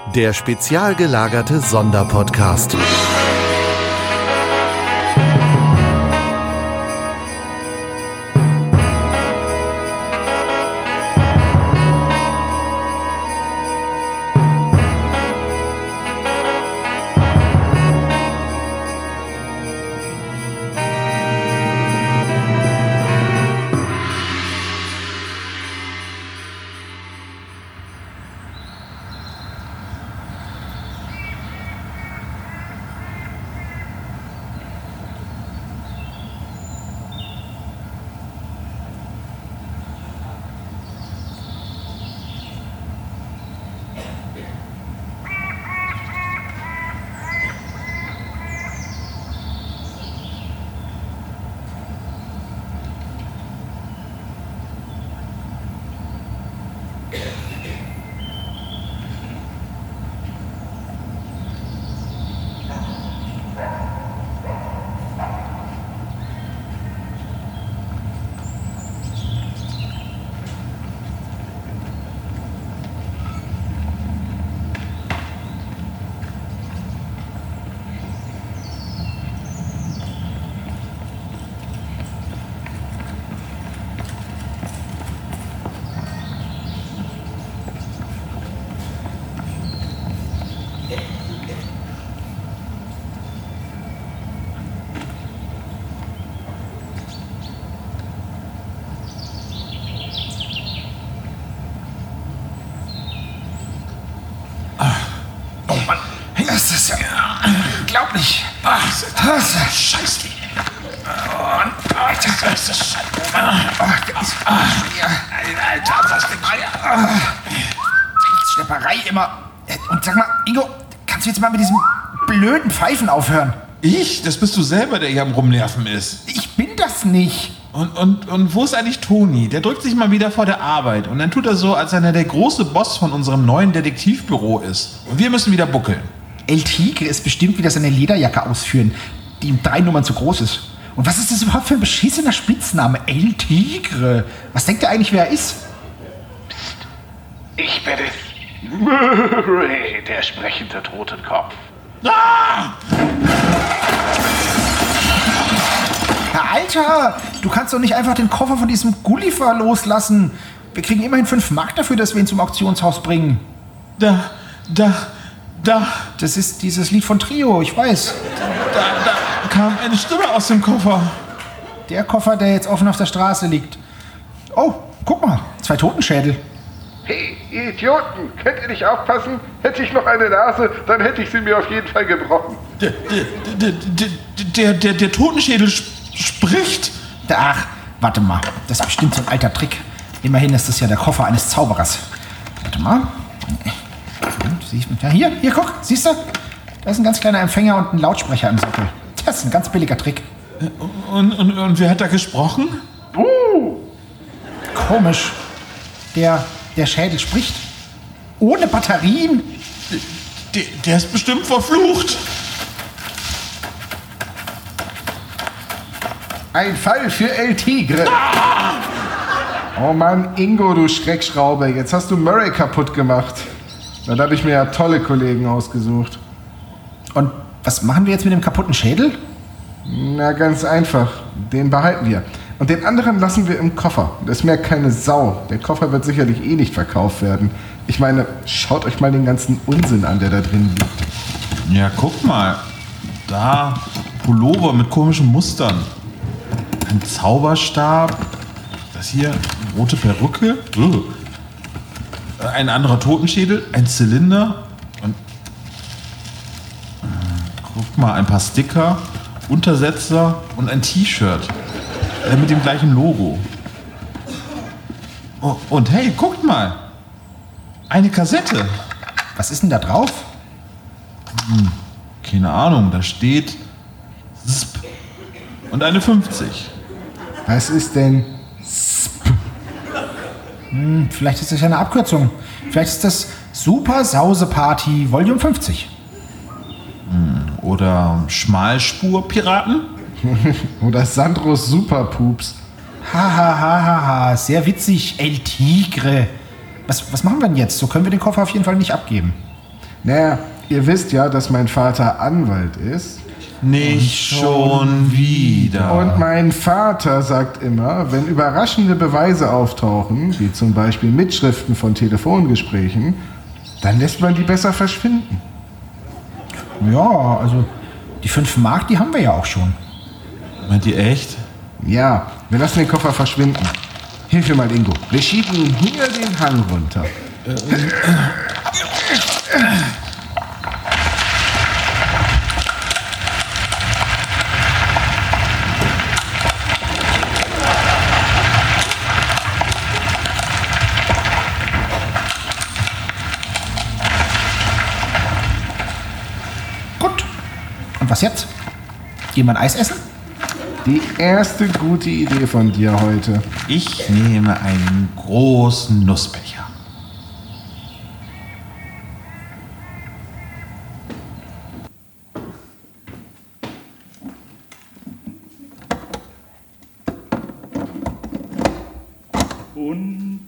Der spezial gelagerte Sonderpodcast. Das ist ja unglaublich. Scheiße. Alter, was hast du gemacht? Schlepperei immer. Und sag mal, Ingo, kannst du jetzt mal mit diesem blöden Pfeifen aufhören? Ich? Das bist du selber, der hier am Rumnerven ist. Ich bin das nicht. Und wo ist eigentlich Toni? Der drückt sich mal wieder vor der Arbeit. Und dann tut er so, als wenn er der große Boss von unserem neuen Detektivbüro ist. Und wir müssen wieder buckeln. El Tigre ist bestimmt wieder seine Lederjacke ausführen, die ihm 3 Nummern zu groß ist. Und was ist das überhaupt für ein beschissener Spitzname? El Tigre. Was denkt er eigentlich, wer er ist? Psst. Ich bin es. Murray, der sprechende Totenkopf. Ah! Herr Alter, du kannst doch nicht einfach den Koffer von diesem Gulliver loslassen. Wir kriegen immerhin 5 Mark dafür, dass wir ihn zum Auktionshaus bringen. Da. Das ist dieses Lied von Trio, ich weiß. Da kam eine Stimme aus dem Koffer. Der Koffer, der jetzt offen auf der Straße liegt. Oh, guck mal, 2 Totenschädel. Hey, ihr Idioten, könnt ihr nicht aufpassen? Hätte ich noch eine Nase, dann hätte ich sie mir auf jeden Fall gebrochen. Der Totenschädel spricht. Ach, warte mal, das ist bestimmt so ein alter Trick. Immerhin ist das ja der Koffer eines Zauberers. Warte mal. Ja, hier, guck, siehst du? Da ist ein ganz kleiner Empfänger und ein Lautsprecher im Sockel. Das ist ein ganz billiger Trick. Und wer hat da gesprochen? Komisch. Der Schädel spricht. Ohne Batterien. Der ist bestimmt verflucht. Ein Fall für El Tigre. Oh Mann, Ingo, du Schreckschraube. Jetzt hast du Murray kaputt gemacht. Da habe ich mir ja tolle Kollegen ausgesucht. Und was machen wir jetzt mit dem kaputten Schädel? Na, ganz einfach. Den behalten wir. Und den anderen lassen wir im Koffer. Das merkt keine Sau. Der Koffer wird sicherlich eh nicht verkauft werden. Ich meine, schaut euch mal den ganzen Unsinn an, der da drin liegt. Ja, guck mal. Da, Pullover mit komischen Mustern. Ein Zauberstab. Das hier, eine rote Perücke. Ein anderer Totenschädel, ein Zylinder und guck mal, ein paar Sticker, Untersetzer und ein T-Shirt mit dem gleichen Logo. Oh, und hey, guckt mal, eine Kassette. Was ist denn da drauf? Keine Ahnung, da steht ZSP und eine 50. Was ist denn? Vielleicht ist das ja eine Abkürzung. Vielleicht ist das Super Sause Party Volume 50. Oder Schmalspur-Piraten? Oder Sandros Superpups. Ha, sehr witzig, El Tigre. Was machen wir denn jetzt? So können wir den Koffer auf jeden Fall nicht abgeben. Naja, ihr wisst ja, dass mein Vater Anwalt ist. Nicht schon wieder. Und mein Vater sagt immer, wenn überraschende Beweise auftauchen, wie zum Beispiel Mitschriften von Telefongesprächen, dann lässt man die besser verschwinden. Ja, also die 5 Mark, die haben wir ja auch schon. Meint ihr echt? Ja, wir lassen den Koffer verschwinden. Hilf mir mal, Ingo. Wir schieben ihn hier den Hang runter. Gut. Und was jetzt? Gehen wir ein Eis essen? Die erste gute Idee von dir heute. Ich nehme einen großen Nussbecher. Und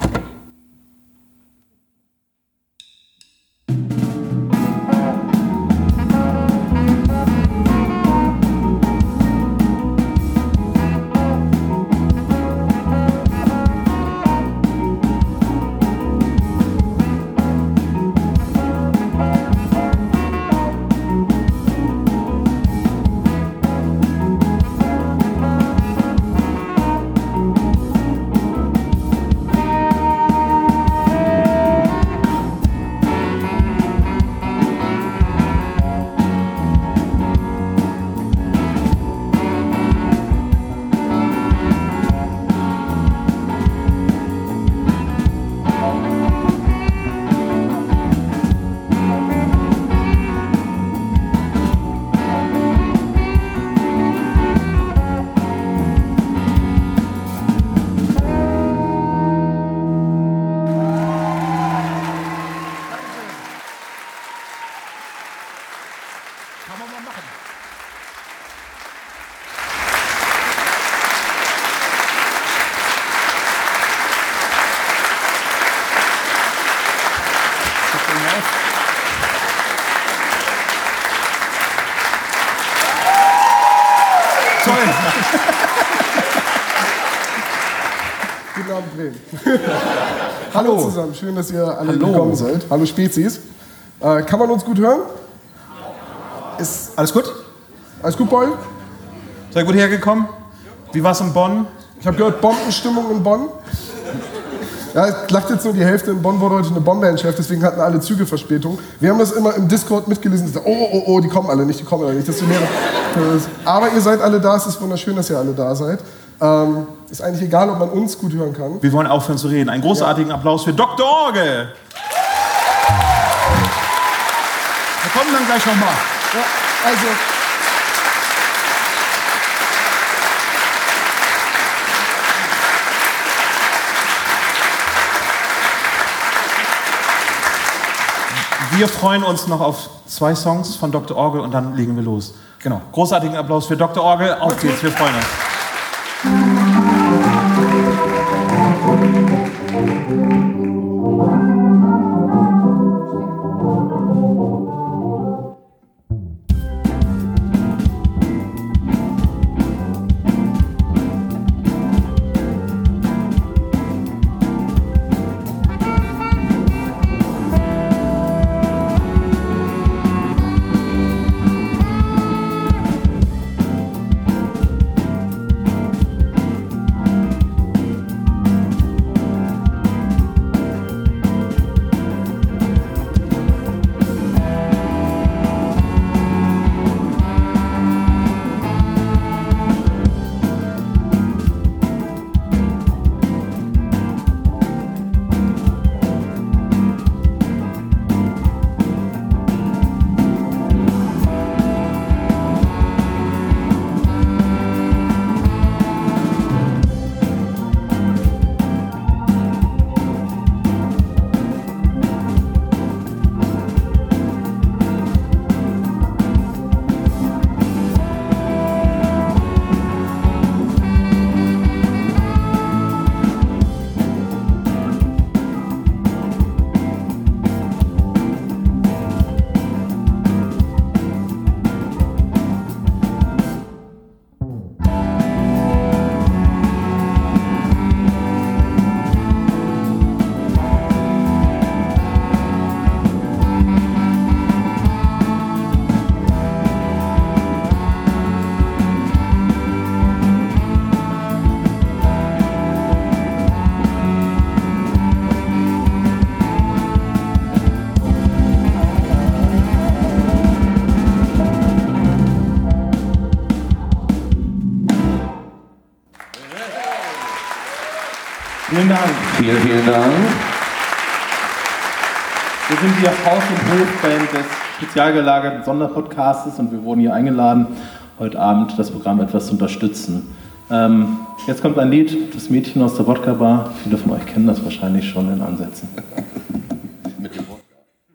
Kann man mal machen. Guten Abend, Bremen. Hallo zusammen, schön, dass ihr alle gekommen seid. Hallo Spezies. Kann man uns gut hören? Ist Alles gut? alles gut bei euch? Seid ihr gut hergekommen? Wie war's in Bonn? Ich habe gehört, Bombenstimmung in Bonn. Ja, es lacht jetzt nur die Hälfte. In Bonn wurde heute eine Bombe entschärft, deswegen hatten alle Züge Verspätung. Wir haben das immer im Discord mitgelesen. Oh, die kommen alle nicht, Aber ihr seid alle da, es ist wunderschön, dass ihr alle da seid. Ist eigentlich egal, ob man uns gut hören kann. Wir wollen aufhören zu reden. Einen großartigen Applaus für Dr. Orgel. Wir kommen dann gleich nochmal. Ja, also, Wir freuen uns noch auf 2 Songs von Dr. Orgel und dann legen wir los. Genau. Großartigen Applaus für Dr. Orgel. Auf geht's, wir freuen uns. Vielen Dank. Vielen, vielen Dank. Wir sind die Haus- und Hofband des spezial gelagerten Sonderpodcasts und wir wurden hier eingeladen, heute Abend das Programm etwas zu unterstützen. Jetzt kommt ein Lied, das Mädchen aus der Wodka-Bar. Viele von euch kennen das wahrscheinlich schon in Ansätzen. Mit dem Wodka.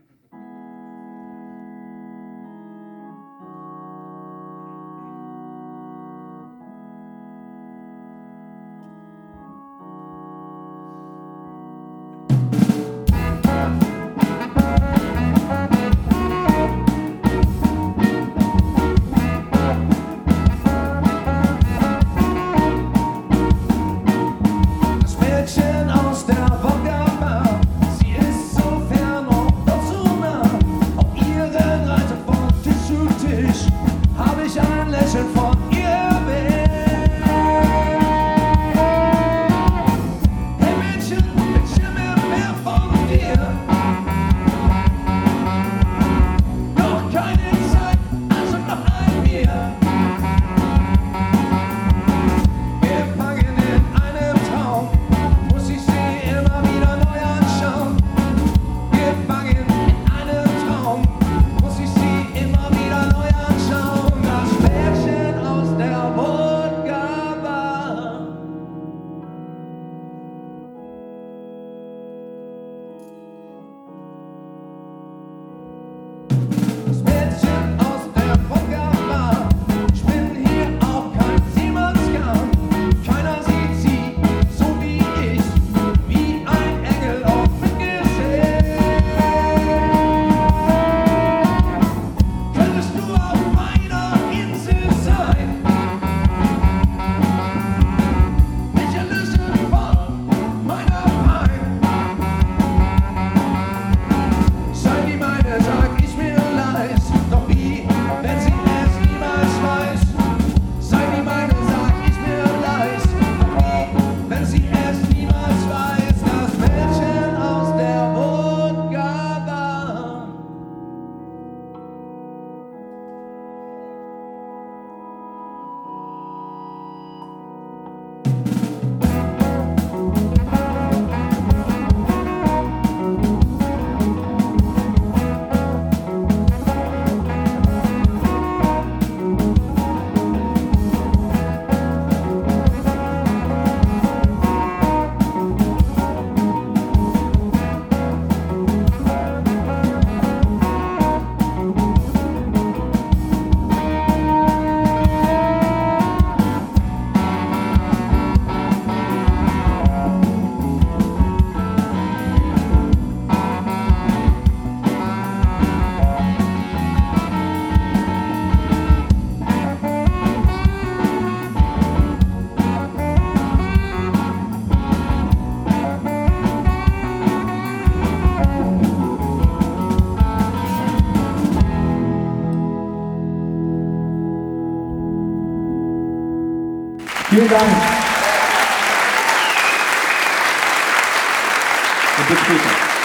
Vielen Dank. Und bis später.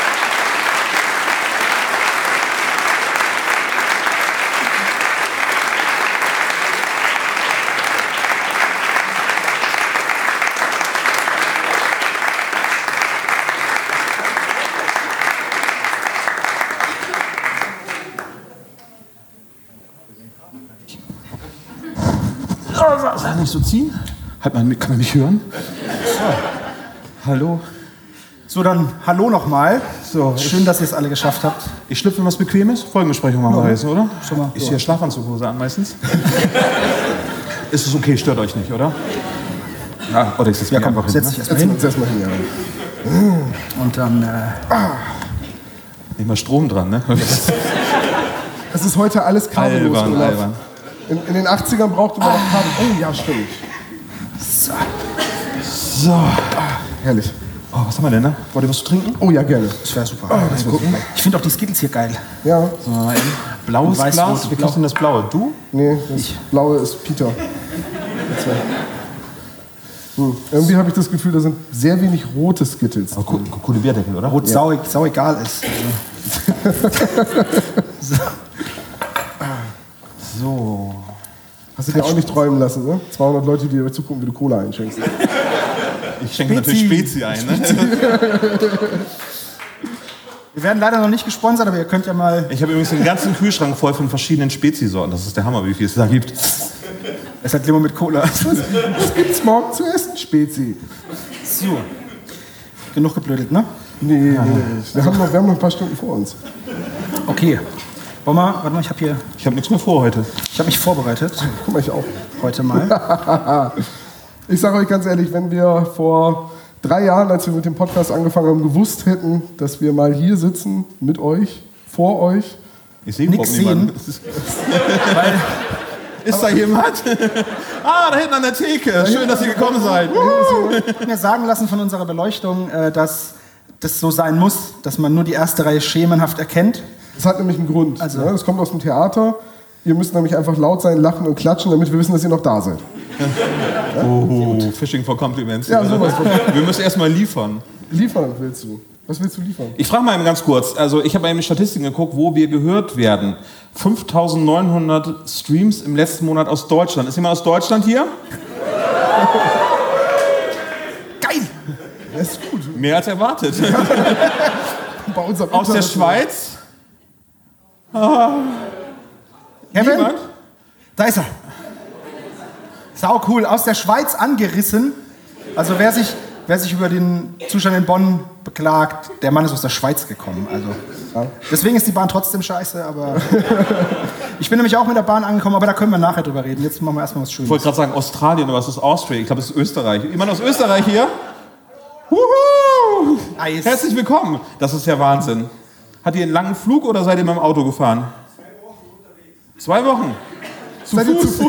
Nicht so ziehen? Kann man mich hören? Hallo. So, dann hallo nochmal. So, schön, dass ihr es alle geschafft habt. Ich schlüpfe in was Bequemes. Folgenbesprechung machen wir heute, oder? Schon mal. Ist hier Schlafanzughose an meistens? Ist es okay, stört euch nicht, oder? Ja, oder ist das Ja, komm, einfach setz dich erstmal hin. Jetzt erstmal hin, ja. Und dann, Nicht mal Strom dran, ne? Das ist heute alles kabellos. Albern, Olaf. albern. In den 80ern brauchte man noch Kabel. Oh ja, stimmt. So. Herrlich. Oh, was haben wir denn, ne? Wollt ihr was zu trinken? Oh ja, gerne. das wäre super. Ich finde auch die Skittles hier geil. Ja. So, mal eben. Blaues Weiß, Glas? rot, Wie blau. kostet denn das Blaue? Du? Nee, das Blaue ist Peter. Irgendwie habe ich das Gefühl, da sind sehr wenig rote Skittles. Aber coole Bierdeckel, oder? Rot sau egal ist. So. Hast du dir auch nicht träumen lassen, ne? 200 Leute, die dir zugucken, wie du Cola einschenkst. Ich schenke natürlich Spezi ein. Ne? Wir werden leider noch nicht gesponsert, aber ihr könnt ja mal... Ich habe übrigens den ganzen Kühlschrank voll von verschiedenen Spezi-Sorten. Das ist der Hammer, wie viel es da gibt. Es hat Limo mit Cola. Was gibt's morgen zu essen, Spezi? So. Genug geblödelt, ne? Nee. Wir haben noch ein paar Stunden vor uns. Okay. Wollen wir, warte mal, ich habe nichts mehr vor heute. Ich habe mich vorbereitet. Guck mal, ich auch. Heute mal. Ich sage euch ganz ehrlich, wenn wir vor 3 Jahren, als wir mit dem Podcast angefangen haben, gewusst hätten, dass wir mal hier sitzen mit euch, vor euch. Ich sehe überhaupt niemanden. Ist da jemand? Da hinten an der Theke. Schön, dass ihr gekommen seid. Ich habe mir sagen lassen von unserer Beleuchtung, dass das so sein muss, dass man nur die erste Reihe schemenhaft erkennt. Das hat nämlich einen Grund. Also. Das kommt aus dem Theater. Ihr müsst nämlich einfach laut sein, lachen und klatschen, damit wir wissen, dass ihr noch da seid. Fishing for Compliments. Ja, sowas. Wir müssen erstmal liefern. Liefern willst du? Was willst du liefern? Ich frage mal eben ganz kurz. Also ich habe eben Statistiken geguckt, wo wir gehört werden. 5.900 Streams im letzten Monat aus Deutschland. Ist jemand aus Deutschland hier? Geil! Das ist gut. Mehr als erwartet. Bei unserem Aus der Internet- Schweiz? Kevin? Niemand? Da ist er. Sau cool. Aus der Schweiz angerissen. Also wer sich über den Zustand in Bonn beklagt, der Mann ist aus der Schweiz gekommen. Also deswegen ist die Bahn trotzdem scheiße, aber ich bin nämlich auch mit der Bahn angekommen, aber da können wir nachher drüber reden. Jetzt machen wir erstmal was Schönes. Ich wollte gerade sagen Australien, aber es ist Austria. Ich glaube, es ist Österreich. Jemand aus Österreich hier? Wuhu! Nice. Herzlich willkommen. Das ist ja Wahnsinn. Hat ihr einen langen Flug oder seid ihr mit dem Auto gefahren? 2 Wochen. Zu Fuß.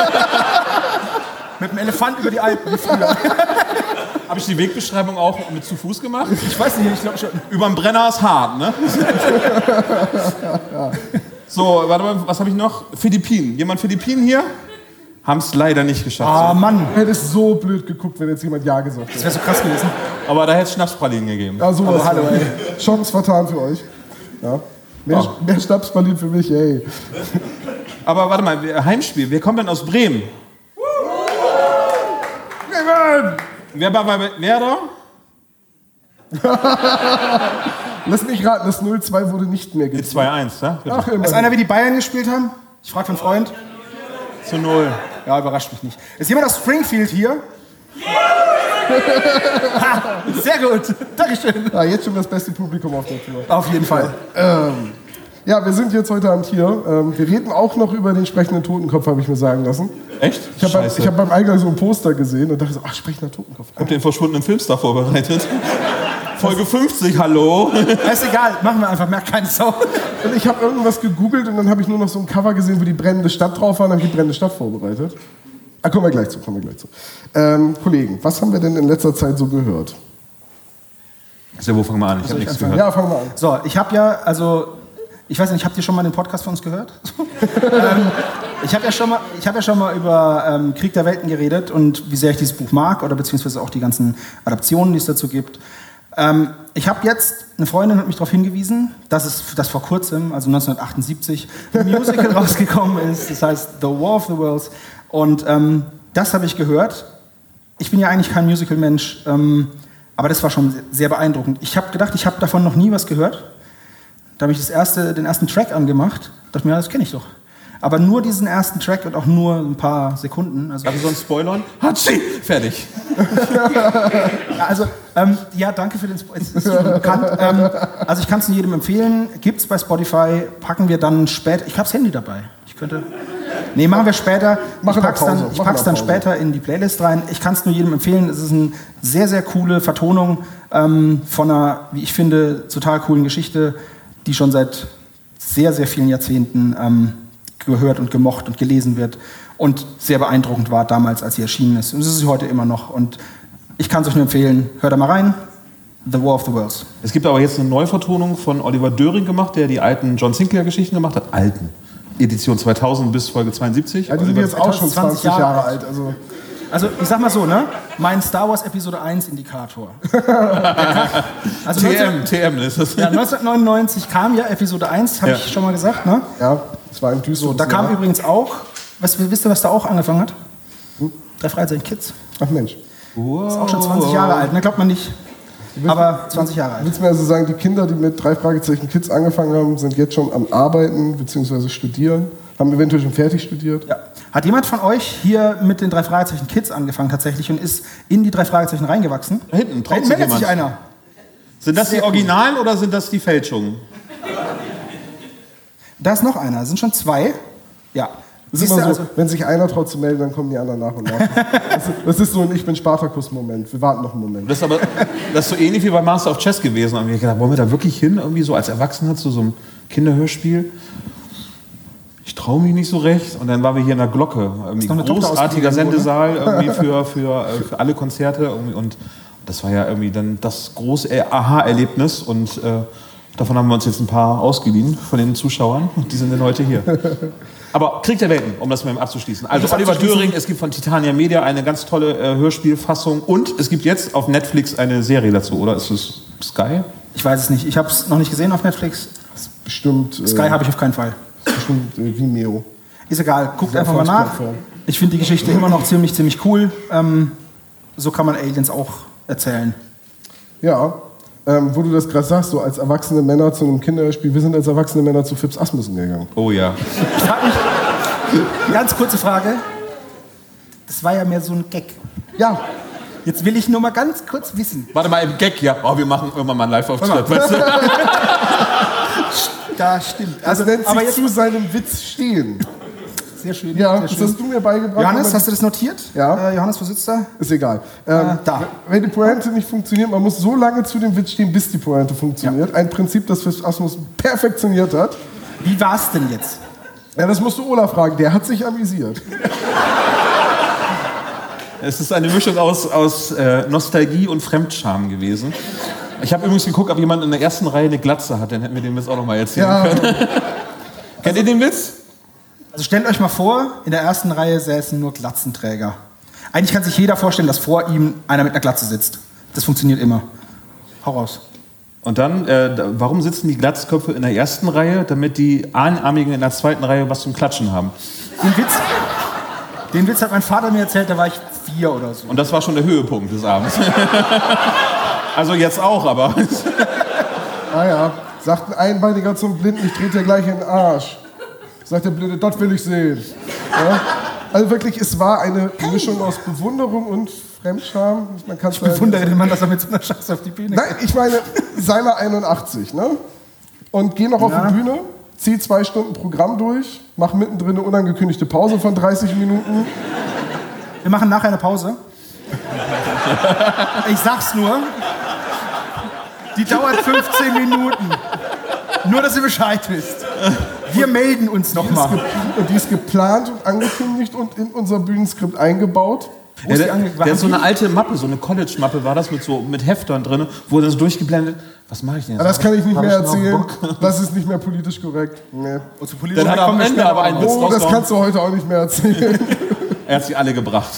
Mit dem Elefant über die Alpen wie früher. Habe ich die Wegbeschreibung auch mit zu Fuß gemacht? Ich weiß nicht, ich glaube schon. Überm Brenner ist hart, ne? So, warte mal, was habe ich noch? Philippinen. Jemand Philippinen hier? Haben es leider nicht geschafft. Ah, Mann. Hätte es so blöd geguckt, wenn jetzt jemand Ja gesagt Das hätte. wäre so krass gewesen. Aber da hätte es Schnapspralinen gegeben. Ja, sowas. Aber hallo, ey. Chance vertan für euch. Ja. Mehr Schnapsberlin für mich, ey. Aber warte mal, Heimspiel. Wer kommt denn aus Bremen? Wer war bei Werder? Lass mich raten, das 0-2 wurde nicht mehr Die gezogen. 2-1, ja? Bitte. Ach, Weiß immerhin. einer, wie die Bayern gespielt haben? Ich frage für einen Freund. Zu 0. Ja, überrascht mich nicht. Ist jemand aus Springfield hier? Ha, sehr gut. Dankeschön. Ah, jetzt schon das beste Publikum auf der Tour. Auf jeden Fall. Ja, wir sind jetzt heute Abend hier. Wir reden auch noch über den sprechenden Totenkopf, habe ich mir sagen lassen. Echt? Ich habe beim Eingang so ein Poster gesehen und dachte so, ach, sprechender Totenkopf. Habt ihr den verschwundenen Filmstar vorbereitet? Folge 50, hallo? Ist egal, machen wir einfach, merkt keine Sau. Und ich habe irgendwas gegoogelt und dann habe ich nur noch so ein Cover gesehen, wo die brennende Stadt drauf war und habe ich die brennende Stadt vorbereitet. Kommen wir gleich zu. Kollegen, was haben wir denn in letzter Zeit so gehört? Also, wo fangen wir an? Ich habe nichts gehört. Ja, fangen wir an. So, ich habe ja, also, ich weiß nicht, habt ihr schon mal den Podcast von uns gehört? Ich habe ja schon mal über Krieg der Welten geredet und wie sehr ich dieses Buch mag oder beziehungsweise auch die ganzen Adaptionen, die es dazu gibt. Ich habe jetzt, eine Freundin hat mich darauf hingewiesen, dass vor kurzem, also 1978, ein Musical rausgekommen ist, das heißt The War of the Worlds. Und das habe ich gehört. Ich bin ja eigentlich kein Musical-Mensch, aber das war schon sehr beeindruckend. Ich habe gedacht, ich habe davon noch nie was gehört. Da habe ich den ersten Track angemacht. Dachte mir, das kenne ich doch. Aber nur diesen ersten Track und auch nur ein paar Sekunden. Also, Darf ich sonst spoilern? Hatschi! Fertig. also, ja, danke für den Spoiler. Es ist schon bekannt. Also ich kann es jedem empfehlen. Gibt's bei Spotify. Packen wir dann später. Ich habe das Handy dabei. Nee, machen wir später. Ich pack's dann später in die Playlist rein. Ich kann es nur jedem empfehlen. Es ist eine sehr, sehr coole Vertonung von einer, wie ich finde, total coolen Geschichte, die schon seit sehr, sehr vielen Jahrzehnten gehört und gemocht und gelesen wird und sehr beeindruckend war damals, als sie erschienen ist. Und es ist sie heute immer noch. Und ich kann es euch nur empfehlen. Hört da mal rein. The War of the Worlds. Es gibt aber jetzt eine Neuvertonung von Oliver Döring gemacht, der die alten John Sinclair-Geschichten gemacht hat. Alten. Edition 2000 bis Folge 72. Ja, die sind jetzt auch schon 20 Jahre alt. Also ich sag mal so, ne? Mein Star Wars Episode 1 Indikator. Also TM ist das. Ja, 1999 kam ja Episode 1, habe ich schon mal gesagt, ne? Ja, das war ein düsteres So, da kam übrigens auch, wisst ihr, was da auch angefangen hat? 3 Fragezeichen Kids. Ach Mensch. Ist auch schon 20 Jahre alt, ne? Glaubt man nicht. Aber 20 Jahre alt. Willst du mir also sagen, die Kinder, die mit 3 Fragezeichen Kids angefangen haben, sind jetzt schon am Arbeiten bzw. studieren? Haben eventuell schon fertig studiert? Ja. Hat jemand von euch hier mit den 3 Fragezeichen Kids angefangen tatsächlich und ist in die 3 Fragezeichen reingewachsen? Da hinten, traut sich meldet jemand. sich einer. Sind das die Originalen oder sind das die Fälschungen? Da ist noch einer, es sind schon 2. Ja. Das ist immer so, wenn sich einer traut zu melden, dann kommen die anderen nach und nach. Das ist so ein Ich bin Spartakus-Moment. Wir warten noch einen Moment. Das ist so ähnlich wie bei Master of Chess gewesen. Da haben wir gedacht, wollen wir da wirklich hin, irgendwie so als Erwachsener zu so einem Kinderhörspiel? Ich traue mich nicht so recht. Und dann waren wir hier in der Glocke. Irgendwie ein großartiger Sendesaal irgendwie für alle Konzerte. Irgendwie. Und das war ja irgendwie dann das große Aha-Erlebnis. Und davon haben wir uns jetzt ein paar ausgeliehen von den Zuschauern. Und die sind dann heute hier. Aber Krieg der Welten, um das mal abzuschließen. Also Oliver Döring, es gibt von Titania Media eine ganz tolle Hörspielfassung. Und es gibt jetzt auf Netflix eine Serie dazu, oder? Ist es Sky? Ich weiß es nicht. Ich habe es noch nicht gesehen auf Netflix. Bestimmt. Sky habe ich auf keinen Fall. Bestimmt Vimeo. Ist egal, guckt einfach mal nach. Ich finde die Geschichte immer noch ziemlich cool. So kann man Aliens auch erzählen. Ja, wo du das gerade sagst, so als erwachsene Männer zu einem Kinderspiel, wir sind als erwachsene Männer zu Phipps Asmussen gegangen. Oh ja. Ich frage mich, ganz kurze Frage, das war ja mehr so ein Gag. Ja. Jetzt will ich nur mal ganz kurz wissen. Warte mal, im Gag, ja. Oh, wir machen irgendwann mal einen Live-Auftritt. Weißt du? Da stimmt. Also nennt sich aber jetzt zu seinem Witz stehen. Sehr schön. Ja, sehr das schön. hast du mir beigebracht. Johannes, hast du das notiert? Ja. Johannes, wo sitzt er? Ist egal. Da. Wenn die Pointe nicht funktioniert, man muss so lange zu dem Witz stehen, bis die Pointe funktioniert. Ja. Ein Prinzip, das Phipps Asmussen perfektioniert hat. Wie war es denn jetzt? Ja, das musst du Olaf fragen. Der hat sich amüsiert. Es ist eine Mischung aus Nostalgie und Fremdscham gewesen. Ich habe übrigens geguckt, ob jemand in der ersten Reihe eine Glatze hat. Dann hätten wir den Witz auch noch mal erzählen können. Kennt ihr den Witz? Also stellt euch mal vor, in der ersten Reihe säßen nur Glatzenträger. Eigentlich kann sich jeder vorstellen, dass vor ihm einer mit einer Glatze sitzt. Das funktioniert immer. Hau raus. Und dann, warum sitzen die Glatzköpfe in der ersten Reihe? Damit die Einarmigen in der zweiten Reihe was zum Klatschen haben. Den Witz hat mein Vater mir erzählt, da war ich 4 oder so. Und das war schon der Höhepunkt des Abends. Also jetzt auch, aber... Ah ja, sagt ein Einbeiniger zum Blinden, ich trete dir gleich in den Arsch. Sagt der Blinde, das will ich sehen. Ja? Also wirklich, es war eine Mischung aus Bewunderung und Fremdscham. Ich bewundere den Mann, dass er mit so einer Scheiße auf die Bühne geht. Nein, ich meine, sei mal 81, ne? Und geh noch auf die Bühne, zieh 2 Stunden Programm durch, mach mittendrin eine unangekündigte Pause von 30 Minuten. Wir machen nachher eine Pause. Ich sag's nur. Die dauert 15 Minuten. Nur, dass ihr Bescheid wisst. Wir melden uns nochmal. Und die ist geplant und angekündigt und in unser Bühnenskript eingebaut. Ja, der hat so eine alte Mappe, so eine College-Mappe war das mit Heftern drin, wo das durchgeblendet. Was mache ich denn jetzt? Das kann ich nicht mehr erzählen. Das ist nicht mehr politisch korrekt. Nee. Dann hat er am Ende aber einen Witz rausgehauen. Das kannst du heute auch nicht mehr erzählen. Er hat sie alle gebracht.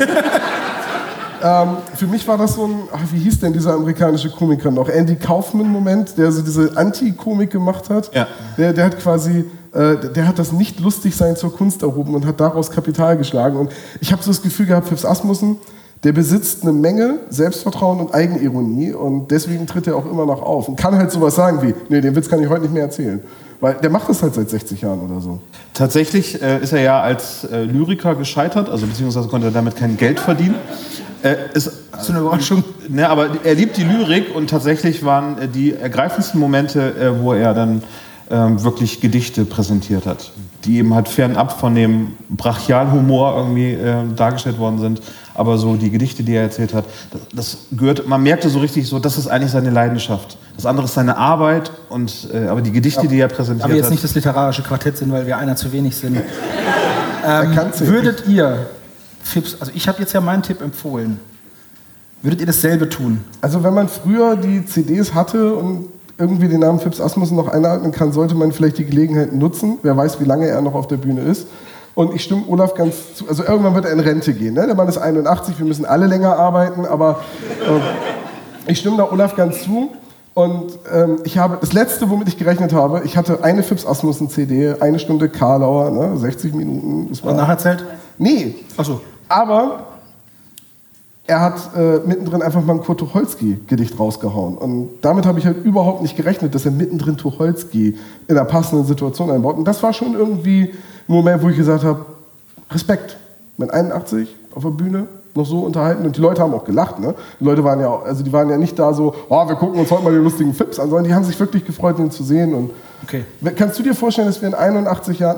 Für mich war das so ein, wie hieß denn dieser amerikanische Komiker noch? Andy Kaufman-Moment, der so diese Anti-Komik gemacht hat. Ja. Der hat quasi, der hat das Nicht-Lustigsein zur Kunst erhoben und hat daraus Kapital geschlagen. Und ich habe so das Gefühl gehabt, Phipps Asmussen, der besitzt eine Menge Selbstvertrauen und Eigenironie und deswegen tritt er auch immer noch auf und kann halt sowas sagen wie, nee, den Witz kann ich heute nicht mehr erzählen. Weil der macht das halt seit 60 Jahren oder so. Tatsächlich ist er ja als Lyriker gescheitert, also beziehungsweise konnte er damit kein Geld verdienen. Ist so eine Überraschung. Ne, aber er liebt die Lyrik und tatsächlich waren die ergreifendsten Momente, wo er dann wirklich Gedichte präsentiert hat, die eben halt fernab von dem Brachialhumor irgendwie dargestellt worden sind. Aber so die Gedichte, die er erzählt hat, das gehört, man merkte so richtig, so, das ist eigentlich seine Leidenschaft. Das andere ist seine Arbeit, aber die Gedichte, die er präsentiert hat... Aber jetzt nicht das literarische Quartett sind, weil wir einer zu wenig sind. Würdet ihr, Phipps, also ich habe jetzt ja meinen Tipp empfohlen, würdet ihr dasselbe tun? Also wenn man früher die CDs hatte und irgendwie den Namen Phipps Asmussen noch einatmen kann, sollte man vielleicht die Gelegenheit nutzen. Wer weiß, wie lange er noch auf der Bühne ist. Und ich stimme Olaf ganz zu. Also irgendwann wird er in Rente gehen. Ne? Der Mann ist 81, wir müssen alle länger arbeiten. Aber ich stimme da Olaf ganz zu. Und ich habe das Letzte, womit ich gerechnet habe, ich hatte eine Phipps Asmussen CD, 1 Stunde Karlauer, ne? 60 Minuten. Das war und nacherzählt? Nee. Ach so. Aber er hat mittendrin einfach mal ein Kurt Tucholsky-Gedicht rausgehauen. Und damit habe ich halt überhaupt nicht gerechnet, dass er mittendrin Tucholsky in einer passenden Situation einbaut. Und das war schon irgendwie ein Moment, wo ich gesagt habe, Respekt. Mit 81 auf der Bühne noch so unterhalten. Und die Leute haben auch gelacht. Ne? Die Leute waren ja, die waren ja nicht da so, oh, wir gucken uns heute mal die lustigen Fips an, sondern die haben sich wirklich gefreut, ihn zu sehen. Und okay. Kannst du dir vorstellen, dass wir mit 81 Jahren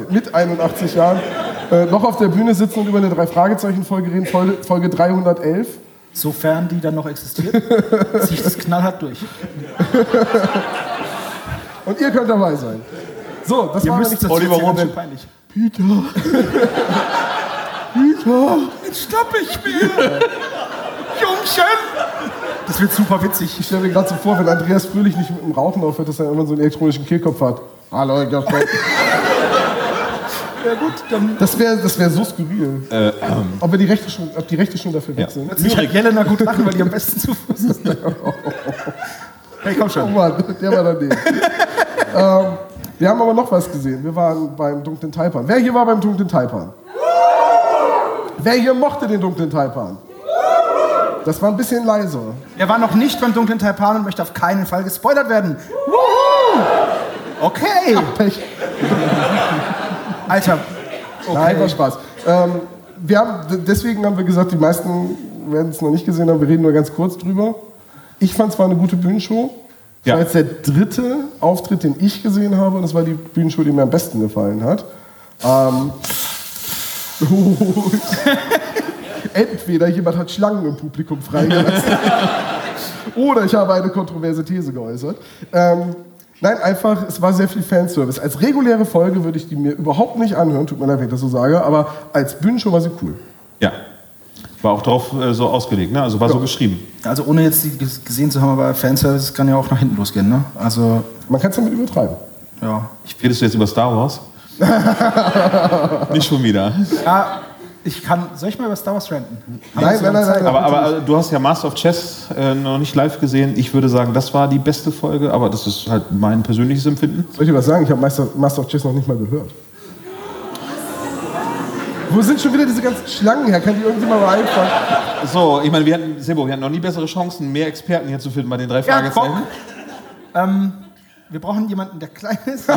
noch auf der Bühne sitzen und über eine 3-Fragezeichen-Folge reden, Folge 311? Sofern die dann noch existiert, ziehe ich das knallhart durch. Und ihr könnt dabei sein. So, das war nicht das Oliver Rohrbeck. Peinlich. Peter. Peter. Jetzt schnapp ich mir. Jungchen. Das wird super witzig. Ich stelle mir gerade so vor, wenn Andreas Fröhlich nicht mit dem Rauchen aufhört, dass er immer so einen elektronischen Kehlkopf hat. Hallo, ich dachte, ja gut, dann... Das wär so skurril. Ob die Rechte schon dafür weg sind. Wird sich Jelena gut lachen, weil die am besten zu Fuß ist. Hey, komm schon. Oh Mann, der war daneben. Wir haben aber noch was gesehen. Wir waren beim Dunklen Taipan. Wer hier war beim Dunklen Taipan? Wer hier mochte den Dunklen Taipan? Das war ein bisschen leiser. Er war noch nicht beim Dunklen Taipan und möchte auf keinen Fall gespoilert werden. Okay. Ach, Pech. Alter. Okay. Nein, war Spaß. Deswegen haben wir gesagt, die meisten werden es noch nicht gesehen haben. Wir reden nur ganz kurz drüber. Ich fand es war eine gute Bühnenshow. Das war jetzt der 3. Auftritt, den ich gesehen habe. Und das war die Bühnenshow, die mir am besten gefallen hat. Entweder jemand hat Schlangen im Publikum freigelassen oder ich habe eine kontroverse These geäußert. Nein, einfach, es war sehr viel Fanservice. Als reguläre Folge würde ich die mir überhaupt nicht anhören, tut mir leid, wenn ich das so sage, aber als Bühnenshow war sie cool. Ja, war auch drauf so ausgelegt, ne? Also war so geschrieben. Also ohne jetzt die gesehen zu haben, aber Fanservice kann ja auch nach hinten losgehen, ne? Also man kann es damit übertreiben. Ja. Redest du jetzt über Star Wars? Nicht schon wieder. Ja, soll ich mal über Star Wars ranten? Nein. Aber du hast ja Master of Chess noch nicht live gesehen. Ich würde sagen, das war die beste Folge, aber das ist halt mein persönliches Empfinden. Soll ich dir was sagen? Ich habe Master of Chess noch nicht mal gehört. Wo sind schon wieder diese ganzen Schlangen her? Kann die irgendjemand mal einfallen? So, ich meine, wir hatten noch nie bessere Chancen, mehr Experten hier zu finden bei den 3 Fragezeichen. Wir brauchen jemanden, der klein ist.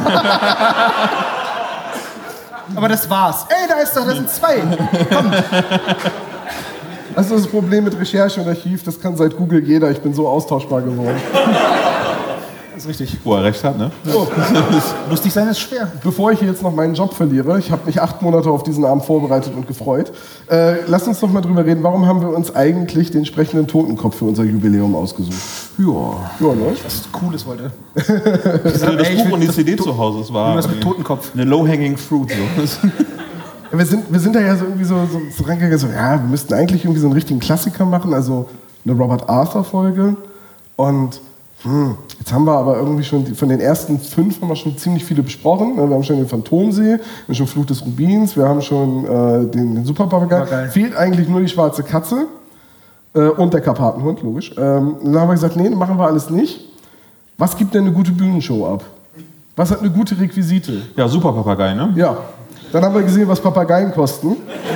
Aber das war's. Ey, da sind 2. Komm. Das ist das Problem mit Recherche und Archiv. Das kann seit Google jeder. Ich bin so austauschbar geworden. Das ist richtig. Wo er recht hat, ne? So. Lustig sein ist schwer. Bevor ich jetzt noch meinen Job verliere, ich habe mich 8 Monate auf diesen Abend vorbereitet und gefreut. Lass uns noch mal drüber reden, warum haben wir uns eigentlich den sprechenden Totenkopf für unser Jubiläum ausgesucht? Ja, ne? Das ist Cooles wollte. Das Buch und die CD zu Hause, das war mit Totenkopf. Eine low-hanging fruit. So. Wir sind da ja so irgendwie so rangegangen, so, ja, wir müssten eigentlich irgendwie so einen richtigen Klassiker machen, also eine Robert Arthur-Folge. Und jetzt haben wir aber irgendwie schon, von den ersten 5 haben wir schon ziemlich viele besprochen. Wir haben schon den Phantomsee, wir haben schon Fluch des Rubins, wir haben schon den Superpapagei. Fehlt eigentlich nur die schwarze Katze und der Karpatenhund, logisch. Dann haben wir gesagt, nee, machen wir alles nicht. Was gibt denn eine gute Bühnenshow ab? Was hat eine gute Requisite? Ja, Superpapagei, ne? Ja. Dann haben wir gesehen, was Papageien kosten.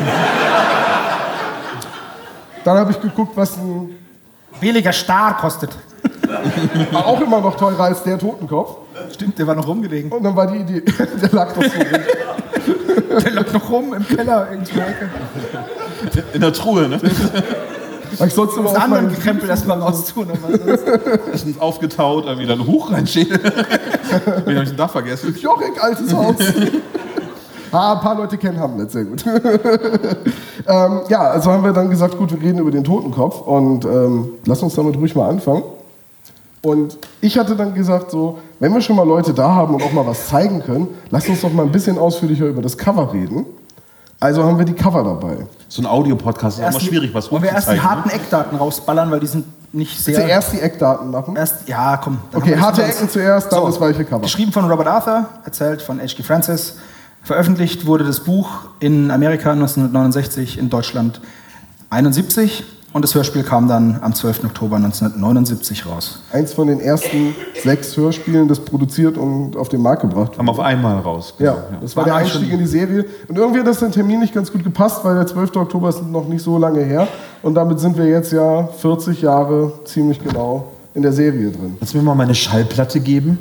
Dann habe ich geguckt, was ein billiger Star kostet. War auch immer noch teurer als der Totenkopf. Stimmt, der war noch rumgelegen. Und dann war die Idee, der lag doch so rum. Der lag noch rum im Keller irgendwo in der Ecke. In der Truhe, ne? Weil ich sonst immer das anderen Gekrempel erstmal raustun. Das ist aufgetaut, irgendwie dann hoch reinstehen. Wen hab ich denn da vergessen? Jochik, altes Haus. Ein paar Leute kennen Hamlet, sehr gut. Ja, also haben wir dann gesagt, gut, wir reden über den Totenkopf und lass uns damit ruhig mal anfangen. Und ich hatte dann gesagt, so, wenn wir schon mal Leute da haben und auch mal was zeigen können, lass uns doch mal ein bisschen ausführlicher über das Cover reden. Also haben wir die Cover dabei. So ein Audio-Podcast ist immer schwierig, was wollen wir erst die harten Eckdaten rausballern, weil die sind nicht sehr... Zuerst die Eckdaten machen? Ja, komm. Okay, harte Ecken zuerst, dann das weiche Cover. Geschrieben von Robert Arthur, erzählt von H.G. Francis. Veröffentlicht wurde das Buch in Amerika 1969, in Deutschland 1971 und das Hörspiel kam dann am 12. Oktober 1979 raus. Eins von den ersten 6 Hörspielen, das produziert und auf den Markt gebracht. Kam auf einmal raus. Genau. Ja, das war der Einstieg in die Serie. Und irgendwie hat das den Termin nicht ganz gut gepasst, weil der 12. Oktober ist noch nicht so lange her. Und damit sind wir jetzt ja 40 Jahre ziemlich genau in der Serie drin. Kannst du mir mal meine Schallplatte geben?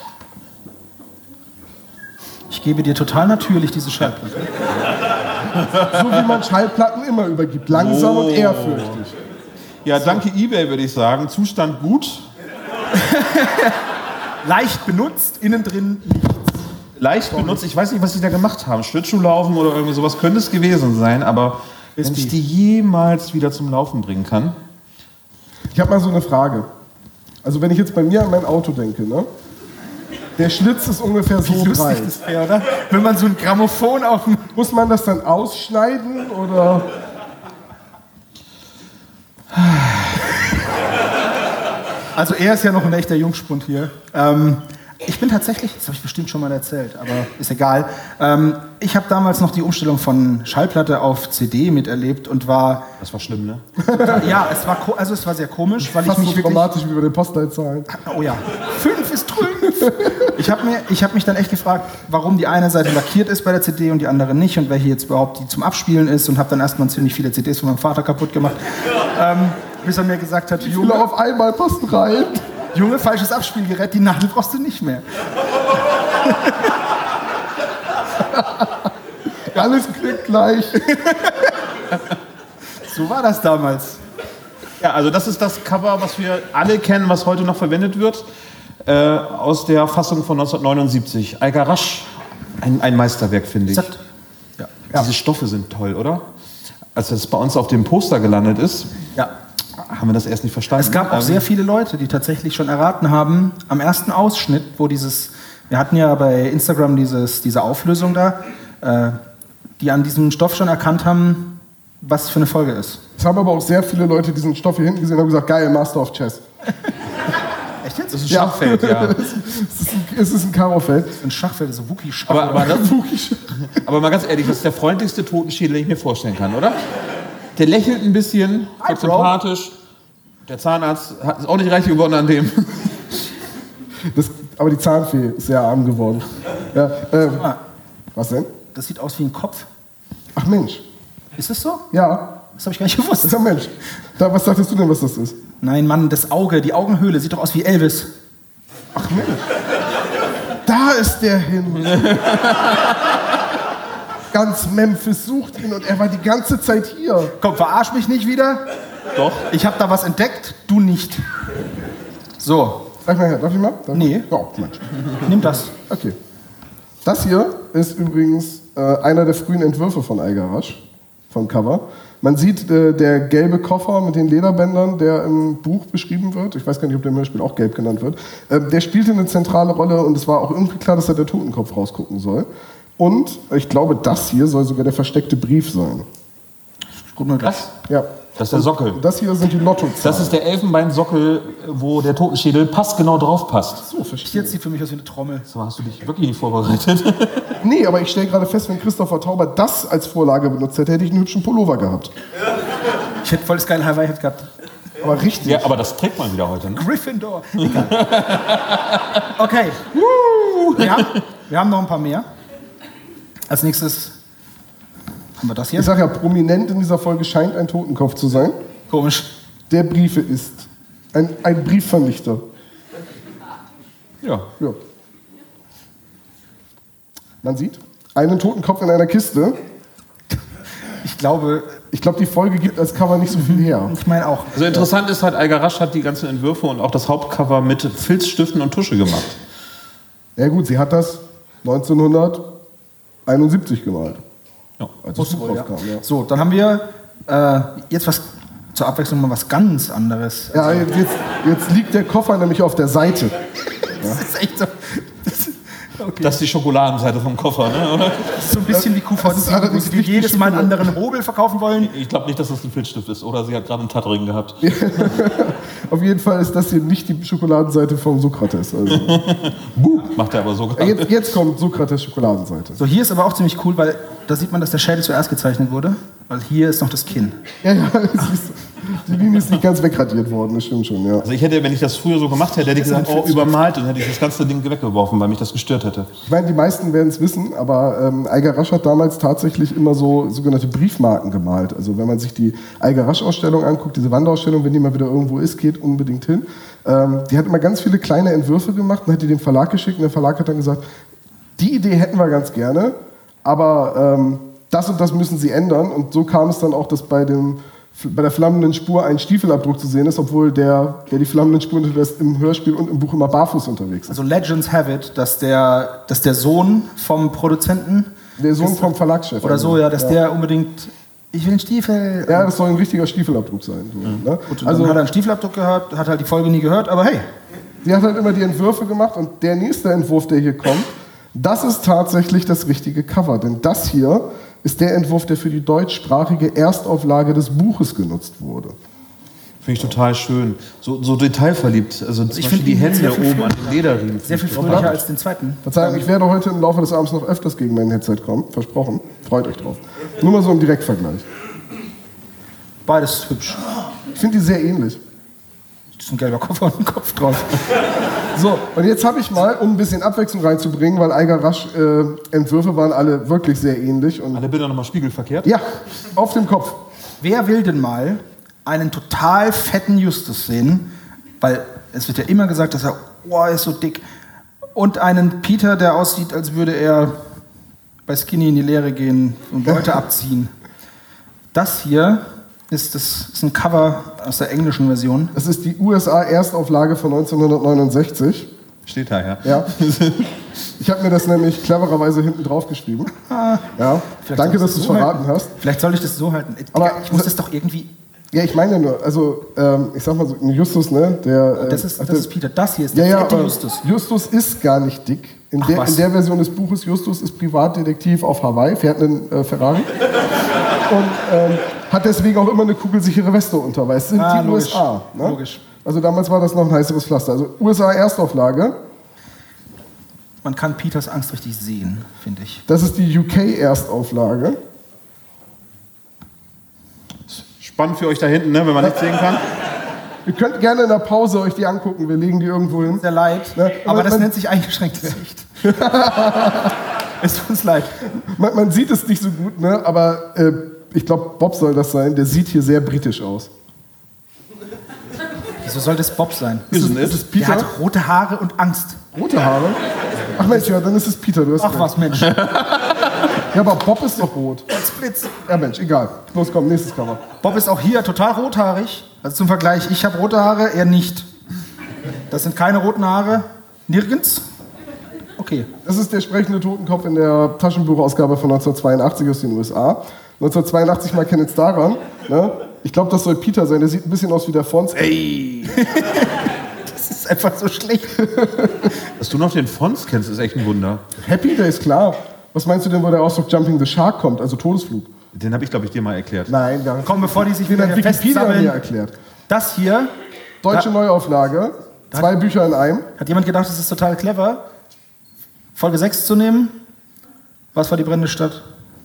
Ich gebe dir total natürlich diese Schallplatte. So wie man Schallplatten immer übergibt. Langsam und ehrfürchtig. Ja, danke eBay, würde ich sagen. Zustand gut. Leicht benutzt, innen drin nichts. Leicht benutzt. Ich weiß nicht, was sie da gemacht haben. Schlittschuhlaufen oder irgendwie sowas könnte es gewesen sein. Aber wenn ich die jemals wieder zum Laufen bringen kann. Ich habe mal so eine Frage. Also wenn ich jetzt bei mir an mein Auto denke, ne? Der Schlitz ist ungefähr so breit. Ja, oder? Wenn man so ein Grammophon auf dem... Muss man das dann ausschneiden oder... Also er ist ja noch ein echter Jungspund hier. Ich bin tatsächlich, das habe ich bestimmt schon mal erzählt, aber ist egal. Ich habe damals noch die Umstellung von Schallplatte auf CD miterlebt und war... Das war schlimm, ne? Ja, es war sehr komisch, weil Fast ich mich so dramatisch wie bei den Postleitzahlen. Oh ja, 5 ist 5. Ich hab mich dann echt gefragt, warum die eine Seite lackiert ist bei der CD und die andere nicht und welche jetzt überhaupt die zum Abspielen ist und habe dann erstmal ziemlich viele CDs von meinem Vater kaputt gemacht. Bis er mir gesagt hat, Junge, auf einmal passen rein. Junge, falsches Abspielgerät, die Nadel brauchst du nicht mehr. Alles klingt gleich. So war das damals. Ja, also das ist das Cover, was wir alle kennen, was heute noch verwendet wird. Aus der Fassung von 1979. Algarasch, ein Meisterwerk, finde ich. Ja. Diese Stoffe sind toll, oder? Als das bei uns auf dem Poster gelandet ist, haben wir das erst nicht verstanden. Es gab auch sehr viele Leute, die tatsächlich schon erraten haben, am ersten Ausschnitt, wo wir hatten ja bei Instagram diese Auflösung da, die an diesem Stoff schon erkannt haben, was für eine Folge ist. Es haben aber auch sehr viele Leute diesen Stoff hier hinten gesehen und haben gesagt, geil, Master of Chess. Echt jetzt? Das ist ein Schachfeld, ja. Es ist ein Karofeld. Ein Schachfeld, so Wookie-Schach. Aber mal ganz ehrlich, das ist der freundlichste Totenschädel, den ich mir vorstellen kann, oder? Der lächelt ein bisschen, wird sympathisch. Der Zahnarzt ist auch nicht reich geworden an dem. Aber die Zahnfee ist sehr arm geworden. Ja, was denn? Das sieht aus wie ein Kopf. Ach Mensch. Ist das so? Ja. Das habe ich gar nicht gewusst. Das ist ein Mensch. Was dachtest du denn, was das ist? Nein, Mann, das Auge, die Augenhöhle sieht doch aus wie Elvis. Ach Mensch. Da ist der hin. Ganz Memphis sucht ihn und er war die ganze Zeit hier. Komm, verarsch mich nicht wieder. Doch. Ich habe da was entdeckt, du nicht. So. Sag mal her, darf ich mal? Nee. Oh, Mensch. Nimm das. Okay. Das hier ist übrigens einer der frühen Entwürfe von Algarasch, vom Cover. Man sieht der gelbe Koffer mit den Lederbändern, der im Buch beschrieben wird. Ich weiß gar nicht, ob der im Hörspiel auch gelb genannt wird. Der spielte eine zentrale Rolle und es war auch irgendwie klar, dass da der Totenkopf rausgucken soll. Und ich glaube, das hier soll sogar der versteckte Brief sein. Gut möglich. Was? Ja. Das ist der Sockel. Das hier sind die Lottozahlen. Das ist der Elfenbeinsockel, wo der Totenschädel passgenau drauf passt. So, verstehe. Jetzt sieht für mich aus wie eine Trommel. So, hast du dich wirklich nicht vorbereitet? Nee, aber ich stelle gerade fest, wenn Christopher Tauber das als Vorlage benutzt hätte, hätte ich einen hübschen Pullover gehabt. Ich hätte voll das geile Hawaii-Hemd gehabt. Aber richtig. Ja, aber das trägt man wieder heute, ne? Gryffindor. Egal. Okay. Wir haben noch ein paar mehr. Als nächstes haben wir das hier. Ich sage ja, prominent in dieser Folge scheint ein Totenkopf zu sein. Komisch. Der Briefe ist. Ein Briefvernichter. Ja. Ja. Man sieht einen Totenkopf in einer Kiste. Ich glaube, die Folge gibt als Cover nicht so viel her. Ich meine auch. Also interessant ist halt, Algarasch hat die ganzen Entwürfe und auch das Hauptcover mit Filzstiften und Tusche gemacht. Ja gut, sie hat das 1971 gemalt. Ja. Als das Buch rauskam, ja. So, dann haben wir jetzt was zur Abwechslung mal was ganz anderes. Ja, jetzt liegt der Koffer nämlich auf der Seite. Das ist echt so. Okay. Das ist die Schokoladenseite vom Koffer, ne? Oder? Das ist so ein bisschen wie QVC, wo allerdings sie nicht die jedes Mal einen Schokolade. anderen Hobel verkaufen wollen. Ich glaube nicht, dass das ein Filzstift ist. Oder sie hat gerade einen Tattering gehabt. Auf jeden Fall ist das hier nicht die Schokoladenseite von Sokrates. Also. Macht er aber sogar. Jetzt kommt Sokrates Schokoladenseite. So, hier ist aber auch ziemlich cool, weil da sieht man, dass der Schädel zuerst gezeichnet wurde. Weil hier ist noch das Kinn. Ja, siehst du. Die Linie ist nicht ganz wegradiert worden, das stimmt schon, ja. Also ich hätte, wenn ich das früher so gemacht hätte, hätte ich gesagt, oh, übermalt, und hätte ich das ganze Ding weggeworfen, weil mich das gestört hätte. Ich meine, die meisten werden es wissen, aber Eiger-Rasch hat damals tatsächlich immer so sogenannte Briefmarken gemalt. Also wenn man sich die Eiger-Rasch-Ausstellung anguckt, diese Wanderausstellung, wenn die mal wieder irgendwo ist, geht unbedingt hin. Die hat immer ganz viele kleine Entwürfe gemacht und hat die dem Verlag geschickt und der Verlag hat dann gesagt, die Idee hätten wir ganz gerne, aber das und das müssen sie ändern. Und so kam es dann auch, dass bei der flammenden Spur ein Stiefelabdruck zu sehen ist, obwohl der die flammenden Spuren hinterlässt, im Hörspiel und im Buch immer barfuß unterwegs ist. Also Legends have it, dass der Sohn vom Produzenten... Der Sohn vom Verlagschef. Oder so, ja, dass der unbedingt... Ich will einen Stiefel... Ja, das soll ein richtiger Stiefelabdruck sein. So, ne? Gut, also dann hat er einen Stiefelabdruck gehört, hat halt die Folge nie gehört, aber hey. Sie hat halt immer die Entwürfe gemacht und der nächste Entwurf, der hier kommt, das ist tatsächlich das richtige Cover. Denn das hier ist der Entwurf, der für die deutschsprachige Erstauflage des Buches genutzt wurde. Finde ich total schön. So detailverliebt. Also ich finde die Hände oben an den Lederriemen. Sehr viel fröhlicher als den zweiten. Verzeihung, ich werde heute im Laufe des Abends noch öfters gegen mein Headset kommen. Versprochen. Freut euch drauf. Nur mal so im Direktvergleich. Beides hübsch. Ich finde die sehr ähnlich. Das ist ein gelber Koffer und ein Kopf drauf. So, und jetzt habe ich mal, um ein bisschen Abwechslung reinzubringen, weil Eiger-Rasch Entwürfe waren alle wirklich sehr ähnlich. Und alle Bilder nochmal spiegelverkehrt? Ja, auf dem Kopf. Wer will denn mal einen total fetten Justus sehen? Weil es wird ja immer gesagt, dass er ist so dick. Und einen Peter, der aussieht, als würde er bei Skinny in die Lehre gehen und Leute abziehen. Das hier ist ein Cover aus der englischen Version. Das ist die USA-Erstauflage von 1969. Steht da, ja. Ja. Ich habe mir das nämlich clevererweise hinten drauf geschrieben. Ja. Danke, dass du es verraten hast. Vielleicht soll ich das so halten. Aber ich muss das doch irgendwie... Ja, ich meine ja nur, also ich sag mal so, ein Justus, ne, der... Das ist Peter, das hier ist der fette Justus. Justus ist gar nicht dick. In der Version des Buches, Justus ist Privatdetektiv auf Hawaii, fährt einen Ferrari und hat deswegen auch immer eine kugelsichere Weste unter, weil es sind die logisch. USA. Ne? Logisch. Also damals war das noch ein heißeres Pflaster. Also USA-Erstauflage. Man kann Peters Angst richtig sehen, finde ich. Das ist die UK-Erstauflage. Spannend für euch da hinten, ne, wenn man nichts sehen kann. Ihr könnt gerne in der Pause euch die angucken, wir legen die irgendwo hin. Sehr leid, ne? Aber das nennt sich eingeschränkte Sicht. Es tut uns leid. Man sieht es nicht so gut, ne? Aber ich glaube, Bob soll das sein. Der sieht hier sehr britisch aus. Wieso soll das Bob sein? Ist es Peter? Der hat rote Haare und Angst. Rote Haare? Ach Mensch, ja, dann ist es Peter. Du hast Ach was, Mensch. Ja, aber Bob ist doch rot. Splitz. Ja Mensch, egal. Los, komm, nächstes Cover. Bob ist auch hier total rothaarig. Also zum Vergleich, ich habe rote Haare, er nicht. Das sind keine roten Haare. Nirgends. Okay. Das ist der sprechende Totenkopf in der Taschenbuchausgabe von 1982 aus den USA. 1982 mal kennt es daran. Ne? Ich glaube, das soll Peter sein. Der sieht ein bisschen aus wie der Fonz. Ey! Das ist einfach so schlecht. Dass du noch den Fonz kennst, ist echt ein Wunder. Happy, der ist klar. Was meinst du denn, wo der Ausdruck Jumping the Shark kommt, also Todesflug? Den habe ich, glaube ich, dir mal erklärt. Nein, komm, bevor die sich den wieder hat Wikipedia festsammeln. mir erklärt. Das hier... Deutsche Neuauflage, 2 Bücher in einem. Hat jemand gedacht, es ist total clever, Folge 6 zu nehmen? Was war die brennende Stadt?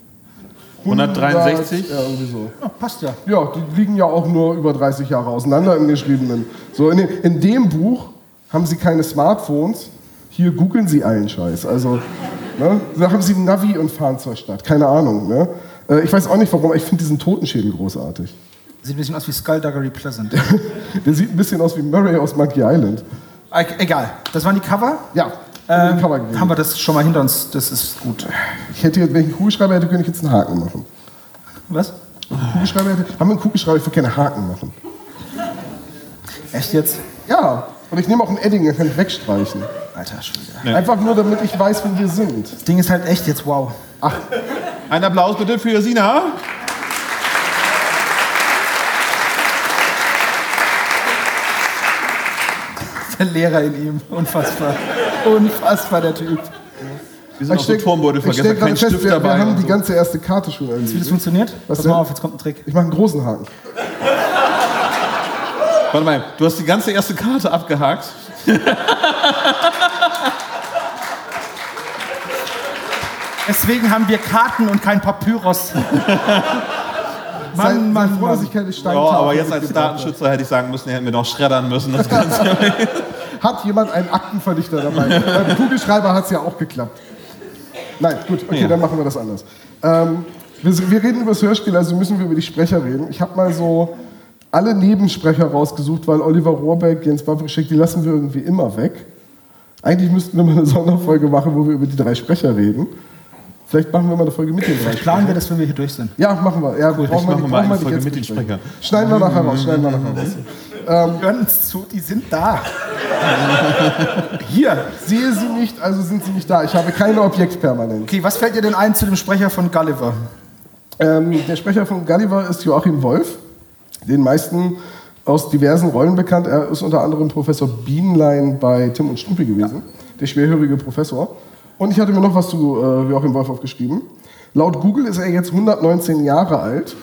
163? Ja, irgendwie so. Ja, passt ja. Ja, die liegen ja auch nur über 30 Jahre auseinander im Geschriebenen. So, in dem Buch haben sie keine Smartphones. Hier googeln sie allen Scheiß. Also, ne, da haben sie ein Navi und fahren zur Stadt. Keine Ahnung. Ne? Ich weiß auch nicht warum, aber ich finde diesen Totenschädel großartig. Sieht ein bisschen aus wie Skullduggery Pleasant. Der sieht ein bisschen aus wie Murray aus Monkey Island. Egal. Das waren die Cover? Ja. Die Cover gegeben. Haben wir das schon mal hinter uns? Das ist gut. Ich hätte jetzt, wenn ich einen Kugelschreiber hätte, könnte ich jetzt einen Haken machen. Was? Kugelschreiber hätte, haben wir einen Kugelschreiber? Ich will keine Haken machen. Echt jetzt? Ja. Und ich nehme auch einen Edding, den kann ich wegstreichen. Alter Schwede. Ja. Einfach nur, damit ich weiß, wo wir sind. Das Ding ist halt echt jetzt wow. Ach. Ein Applaus bitte für Sina. Der Lehrer in ihm. Unfassbar. Unfassbar, der Typ. Wir sind auf den Turmbeutel vergessen, kein fest, Stift wir dabei. haben die ganze erste Karte schon irgendwie. Wie das funktioniert? Pass mal auf, jetzt kommt ein Trick. Ich mache einen großen Haken. Warte mal, du hast die ganze erste Karte abgehakt. Deswegen haben wir Karten und kein Papyrus. Sei froh, dass ich keine Steintafel aber jetzt als mitgebracht habe. Datenschützer hätte ich sagen müssen, hätten wir noch schreddern müssen. Das Ganze. Hat jemand einen Aktenvernichter dabei? Beim Kugelschreiber hat es ja auch geklappt. Nein, gut, okay, dann machen wir das anders. Wir reden über das Hörspiel, also müssen wir über die Sprecher reden. Ich habe mal so alle Nebensprecher rausgesucht, weil Oliver Rohrbeck, Jens Wawrczyk, die lassen wir irgendwie immer weg. Eigentlich müssten wir mal eine Sonderfolge machen, wo wir über die 3 Sprecher reden. Vielleicht machen wir mal eine Folge mit den 3 Sprechern. Planen wir das, wenn wir hier durch sind? Ja, machen wir. Ja, Gut, brauchen wir mal eine die Folge jetzt mit den besprechen. Sprechern. Schneiden wir nachher raus. Hören uns zu, die sind da. Hier, sehe sie nicht, also sind sie nicht da. Ich habe keine Objektpermanenz. Okay, was fällt dir denn ein zu dem Sprecher von Gulliver? Der Sprecher von Gulliver ist Joachim Wolf, den meisten aus diversen Rollen bekannt. Er ist unter anderem Professor Bienlein bei Tim und Struppi gewesen, der schwerhörige Professor. Und ich hatte mir noch was zu Joachim Wolf aufgeschrieben. Laut Google ist er jetzt 119 Jahre alt,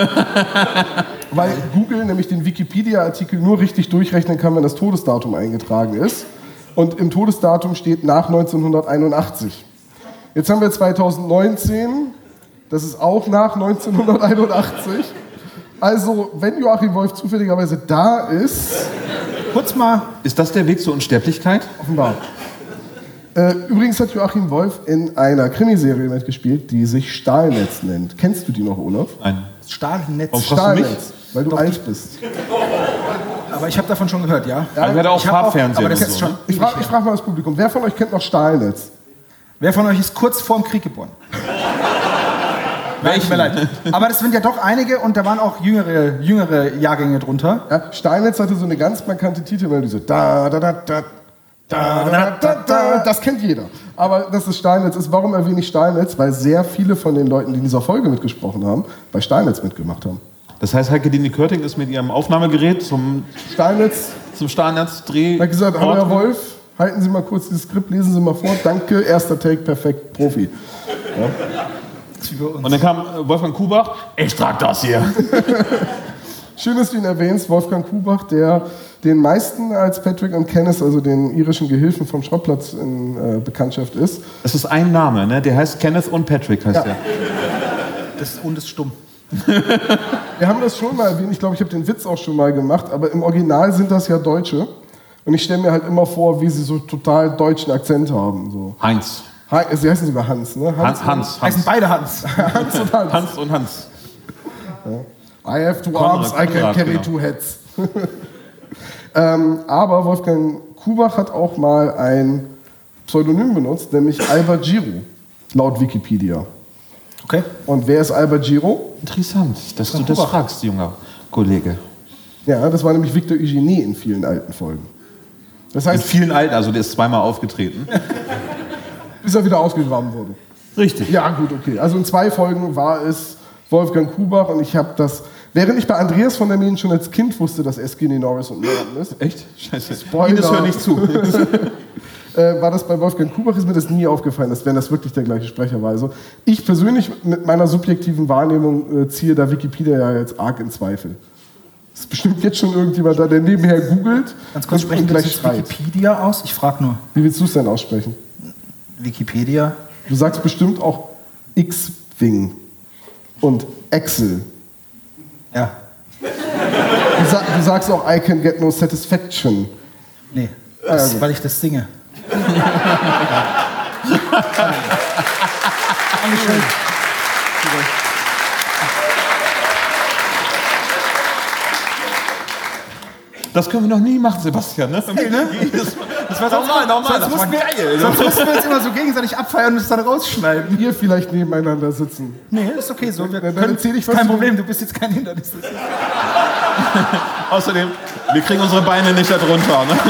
weil Google nämlich den Wikipedia-Artikel nur richtig durchrechnen kann, wenn das Todesdatum eingetragen ist. Und im Todesdatum steht nach 1981. Jetzt haben wir 2019, das ist auch nach 1981. Also, wenn Joachim Wolf zufälligerweise da ist... Kurz mal... Ist das der Weg zur Unsterblichkeit? Offenbar. Übrigens hat Joachim Wolf in einer Krimiserie mitgespielt, die sich Stahlnetz nennt. Kennst du die noch, Olaf? Nein. Stahlnetz. Warum fragst du mich? Stahlnetz, weil du alt bist. Aber ich habe davon schon gehört, ja? Ja, ich werde auch Ich hab Farbfernsehen aber das und ist so. schon Ne? Ich frage mal das Publikum, wer von euch kennt noch Stahlnetz? Wer von euch ist kurz vorm Krieg geboren? Tut mir leid. Aber das sind ja doch einige und da waren auch jüngere Jahrgänge drunter. Ja, Stahlnetz hatte so eine ganz markante Titelmelodie, so da, da, da, da, da, da, da, da. Das kennt jeder. Aber dass es Stahlnetz ist, warum erwähne ich Stahlnetz? Weil sehr viele von den Leuten, die in dieser Folge mitgesprochen haben, bei Stahlnetz mitgemacht haben. Das heißt, Heike Dini-Körting ist mit ihrem Aufnahmegerät zum Stahlnetz-Dreh. Er hat gesagt, hallo Herr Wolf, halten Sie mal kurz dieses Skript, lesen Sie mal vor. Danke, erster Take, perfekt, Profi. Ja. Und dann kam Wolfgang Kubach, ich trag das hier. Schön, dass du ihn erwähnst, Wolfgang Kubach, der den meisten als Patrick und Kenneth, also den irischen Gehilfen vom Schrottplatz, in Bekanntschaft ist. Das ist ein Name, ne? Der heißt Kenneth und Patrick, heißt der. Und ist stumm. Wir haben das schon mal erwähnt, ich glaube, ich habe den Witz auch schon mal gemacht, aber im Original sind das ja Deutsche. Und ich stelle mir halt immer vor, wie sie so total deutschen Akzent haben. So. Heinz. Sie heißen sogar Hans, ne? Hans. Heißen beide Hans. Hans und Hans. Hans und Hans. Ja. I have two arms, I can carry two heads. Aber Wolfgang Kubach hat auch mal ein Pseudonym benutzt, nämlich Albert Giro, laut Wikipedia. Okay. Und wer ist Albert Giro? Interessant, dass du das fragst, junger Kollege. Ja, das war nämlich Victor Eugenie in vielen alten Folgen. Das heißt, In vielen alten, also der ist zweimal aufgetreten. bis er wieder ausgegraben wurde. Richtig. Ja, gut, okay. Also in 2 Folgen war es Wolfgang Kubach und ich habe das, während ich bei Andreas von der Meen schon als Kind wusste, dass er Skinny Norris und Merton ist. Echt? Scheiße. Spoiler. Ines, hör nicht zu. War das bei Wolfgang Kubach, ist mir das nie aufgefallen, dass wenn das wirklich der gleiche Sprecher war. Also ich persönlich mit meiner subjektiven Wahrnehmung ziehe da Wikipedia ja jetzt arg in Zweifel. Es ist bestimmt jetzt schon irgendjemand da, der nebenher googelt. Ganz kurz, sprechen wir jetzt Wikipedia aus? Ich frage nur. Wie willst du es denn aussprechen? Wikipedia. Du sagst bestimmt auch X-Wing und Excel. Ja. Du sagst auch I can get no satisfaction. Nee, das, weil ich das singe. Dankeschön. Das können wir noch nie machen, Sebastian. Ne? Hey, ne? Das war normal. Das war geil. Sonst mussten wir uns immer so gegenseitig abfeiern und es dann rausschneiden. Ihr vielleicht nebeneinander sitzen. Nee, ist okay so. Wir Dann können, erzähl ich was kein zu- Problem, du bist jetzt kein Hindernis. Außerdem, wir kriegen unsere Beine nicht da drunter. Ne?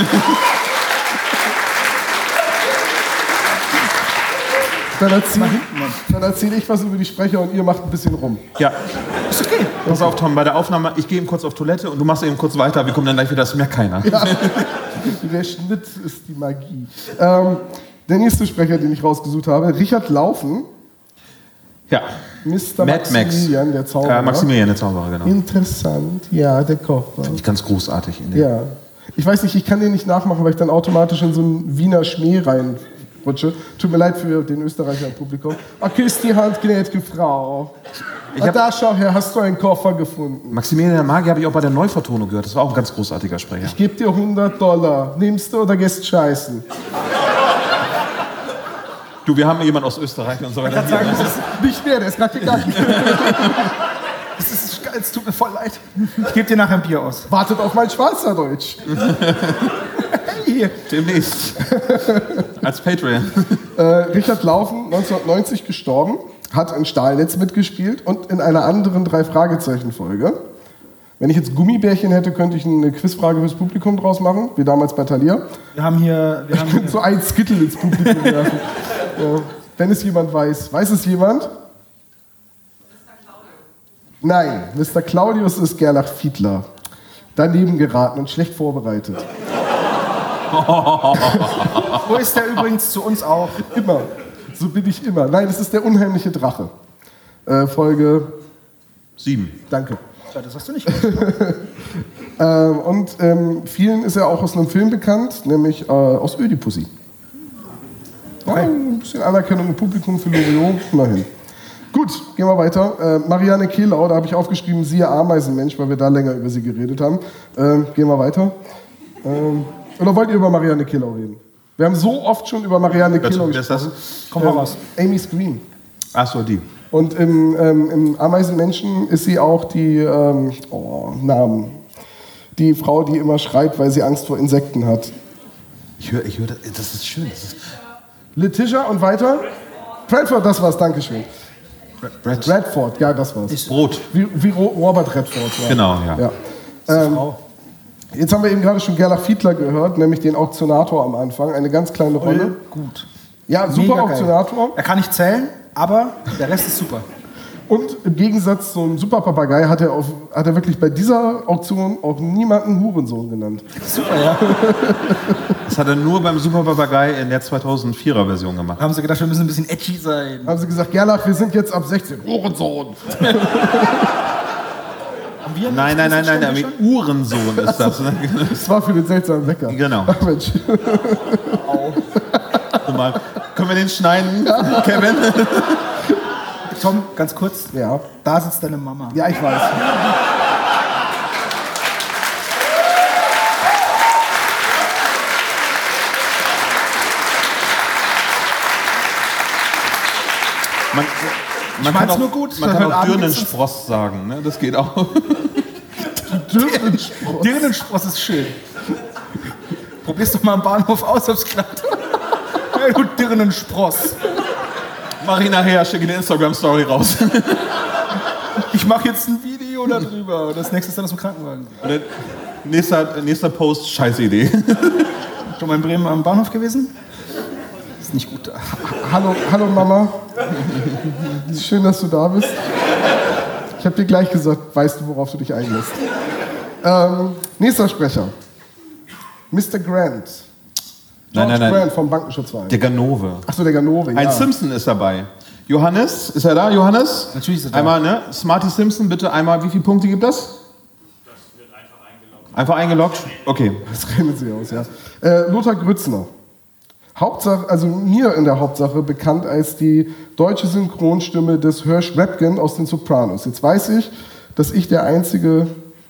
Dann erzähle ich was über die Sprecher und ihr macht ein bisschen rum. Ja. Ist okay. Pass auf, Tom, bei der Aufnahme, ich gehe eben kurz auf Toilette und du machst eben kurz weiter. Wir kommen dann gleich wieder, das merkt keiner. Ja. Der Schnitt ist die Magie. Der nächste Sprecher, den ich rausgesucht habe, Richard Laufen. Ja. Mr. Mad Maximilian, der Zauberer. Maximilian, der Zauberer, genau. Interessant, ja, der Koffer. Finde ich ganz großartig. In der Ja. Ich weiß nicht, ich kann den nicht nachmachen, weil ich dann automatisch in so einen Wiener Schmäh rein rutsche. Tut mir leid für den Österreicher im Publikum. Küss die Hand, gnädige Frau. Da schau her, hast du einen Koffer gefunden. Maximilian der Magier habe ich auch bei der Neuvertonung gehört. Das war auch ein ganz großartiger Sprecher. Ich gebe dir $100. Nimmst du oder gehst scheißen? Du, wir haben jemanden aus Österreich und so weiter. Ich kann sagen, das ist nicht mehr, der ist gerade gegangen. Es tut mir voll leid. Ich gebe dir nachher ein Bier aus. Wartet auf mein Schweizerdeutsch. Hey. Demnächst. Als Patreon. Richard Laufen, 1990 gestorben, hat in Stahlnetz mitgespielt und in einer anderen 3-Fragezeichen-Folge. Wenn ich jetzt Gummibärchen hätte, könnte ich eine Quizfrage fürs Publikum draus machen, wie damals bei Thalia. Ich könnte so ein Skittle ins Publikum werfen. Ja. Wenn es jemand weiß. Weiß es jemand? Nein, Mr. Claudius ist Gerlach Fiedler. Daneben geraten und schlecht vorbereitet. So ist der übrigens zu uns auch. Immer. So bin ich immer. Nein, es ist der unheimliche Drache. Folge 7. Danke. Ja, das hast du nicht. Vielen ist er auch aus einem Film bekannt, nämlich aus Ödipussy. Okay. Ja, ein bisschen Anerkennung im Publikum für Loriot, immerhin. Gut, gehen wir weiter. Marianne Kehlau, da habe ich aufgeschrieben, siehe Ameisenmensch, weil wir da länger über sie geredet haben. Gehen wir weiter. Oder wollt ihr über Marianne Kehlau reden? Wir haben so oft schon über Marianne Kehlau gesprochen. Komm mal raus. Amy Scream. Ach so, die. Und im Ameisenmenschen ist sie auch die, die Frau, die immer schreit, weil sie Angst vor Insekten hat. Ich höre, das ist schön. Das ist Letitia und weiter? Bradford, das war's, dankeschön. Redford, ja, das war's. Brot. Wie Robert Redford. Ja. Genau, ja. Jetzt haben wir eben gerade schon Gerlach Fiedler gehört, nämlich den Auktionator am Anfang. Eine ganz kleine Rolle. Gut. Ja, super Mega Auktionator. Er kann nicht zählen, aber der Rest ist super. Und im Gegensatz zum Superpapagei hat er wirklich bei dieser Auktion auch niemanden Hurensohn genannt. Super, ja. Das hat er nur beim Superpapagei in der 2004er Version gemacht. Haben sie gedacht, wir müssen ein bisschen edgy sein. Haben sie gesagt, Gerlach, wir sind jetzt ab 16. Hurensohn. Nein, Uhrensohn ist das. Ne? Das war für den seltsamen Wecker. Genau. Ach Mensch. Können wir den schneiden, Kevin? Tom, ganz kurz. Ja. Da sitzt deine Mama. Ja, ich weiß. Man kann auch, nur gut. Man kann auch Dirnenspross sagen, ne? Das geht auch. Dirnenspross ist schön. Probier's doch mal am Bahnhof aus, ob's klappt. Hey, du Dirnenspross. Mach ich nachher, schicke eine Instagram-Story raus. Ich mache jetzt ein Video darüber. Das nächste ist dann aus dem Krankenwagen. Nächster Post, scheiß Idee. Schon mal in Bremen am Bahnhof gewesen? Ist nicht gut. Hallo Mama. Schön, dass du da bist. Ich habe dir gleich gesagt, weißt du, worauf du dich einlässt. Nächster Sprecher. Mr. Grant. George Grant vom Bankenschutzverein. Der Ganove. Achso, der Ganove, ja. Ein Simpson ist dabei. Johannes, ist er da? Johannes? Natürlich ist er da. Einmal, ne? Smarty Simpson, bitte einmal. Wie viele Punkte gibt das? Das wird einfach eingeloggt. Einfach eingeloggt? Okay. Das rechnen Sie aus, ja. Lothar Grützner. Hauptsache, also mir in der Hauptsache bekannt als die deutsche Synchronstimme des Hirsch Rapkin aus den Sopranos. Jetzt weiß ich, dass ich der einzige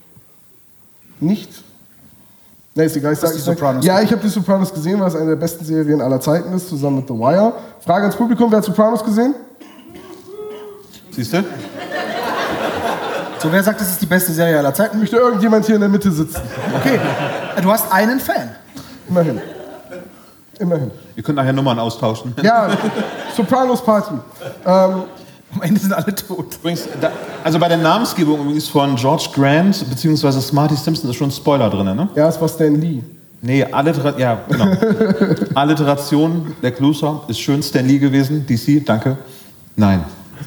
nicht... Ne, ist egal, ich sage Sopranos. Ja, ich habe die Sopranos gesehen, weil es eine der besten Serien aller Zeiten ist, zusammen mit The Wire. Frage ans Publikum, wer hat Sopranos gesehen? Siehst du? So, wer sagt, das ist die beste Serie aller Zeiten? Möchte irgendjemand hier in der Mitte sitzen? Okay, du hast einen Fan. Immerhin. Ihr könnt nachher Nummern austauschen. Ja, Sopranos Party. Am Ende sind alle tot. Übrigens, also bei der Namensgebung übrigens von George Grant bzw. Smarty Simpson ist schon ein Spoiler drin, ne? Ja, es war Stan Lee. Nee, genau. Alliteration, der Closer ist schön Stan Lee gewesen. DC, danke. Nein.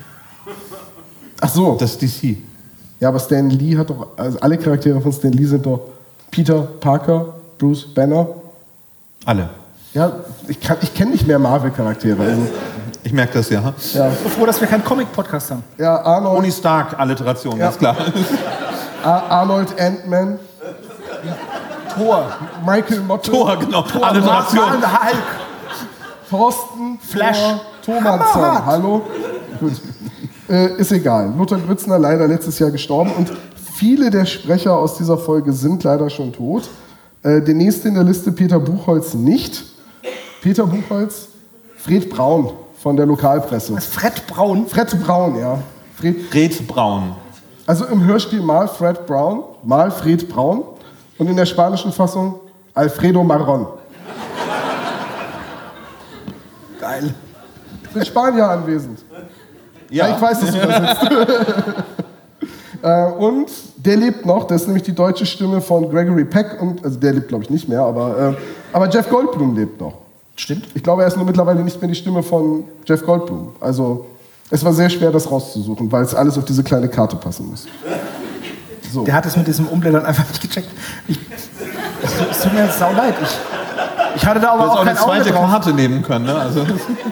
Ach so. Das ist DC. Ja, aber Stan Lee hat doch, also alle Charaktere von Stan Lee sind doch Peter Parker, Bruce Banner. Alle. Ja, ich kenne nicht mehr Marvel-Charaktere. Also. Ich merke das, ja. Ich bin froh, dass wir keinen Comic-Podcast haben. Ja, Arnold. Tony Stark, Alliteration, ja. Ganz klar. Arnold, Ant-Man. Thor. Michael Motto. Thor, genau. Alliteration. Hulk. Thorsten Flash. Thomason. Hallo? Gut. Ist egal. Lothar Grützner leider letztes Jahr gestorben und viele der Sprecher aus dieser Folge sind leider schon tot. Der nächste in der Liste, Peter Buchholz, nicht. Peter Buchholz, Fred Braun von der Lokalpresse. Was, Fred Braun? Fred Braun, ja. Fred Braun. Also im Hörspiel mal Fred Braun, mal Fred Braun und in der spanischen Fassung Alfredo Marron. Geil. Sind Spanier anwesend. Ja. Ich weiß, dass du das jetzt. Und der lebt noch, das ist nämlich die deutsche Stimme von Gregory Peck. Und, also der lebt, glaube ich, nicht mehr, aber Jeff Goldblum lebt noch. Stimmt. Ich glaube, er ist nur mittlerweile nicht mehr die Stimme von Jeff Goldblum. Also es war sehr schwer, das rauszusuchen, weil es alles auf diese kleine Karte passen muss. So. Der hat es mit diesem Umblättern einfach nicht gecheckt. Es tut mir jetzt sau leid. Ich hatte da aber auch kein Auge eine zweite drauf. Karte nehmen können. Ne? Also.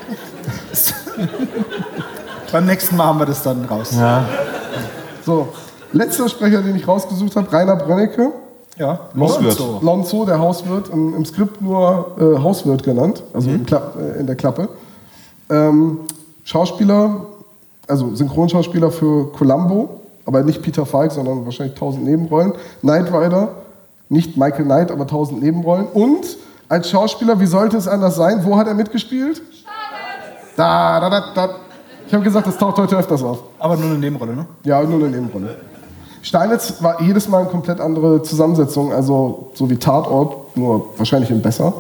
Beim nächsten Mal haben wir das dann raus. Ja. So, letzter Sprecher, den ich rausgesucht habe, Rainer Brönnecke. Ja, Lonzo, der Hauswirt, im Skript nur Hauswirt genannt, also in der Klappe. Schauspieler, also Synchronschauspieler für Columbo, aber nicht Peter Falk, sondern wahrscheinlich 1000 Nebenrollen. Knight Rider, nicht Michael Knight, aber 1000 Nebenrollen. Und als Schauspieler, wie sollte es anders sein? Wo hat er mitgespielt? Da. Ich habe gesagt, das taucht heute öfters auf. Aber nur eine Nebenrolle, ne? Ja, nur eine Nebenrolle. Steinitz war jedes Mal eine komplett andere Zusammensetzung, also so wie Tatort, nur wahrscheinlich in besser.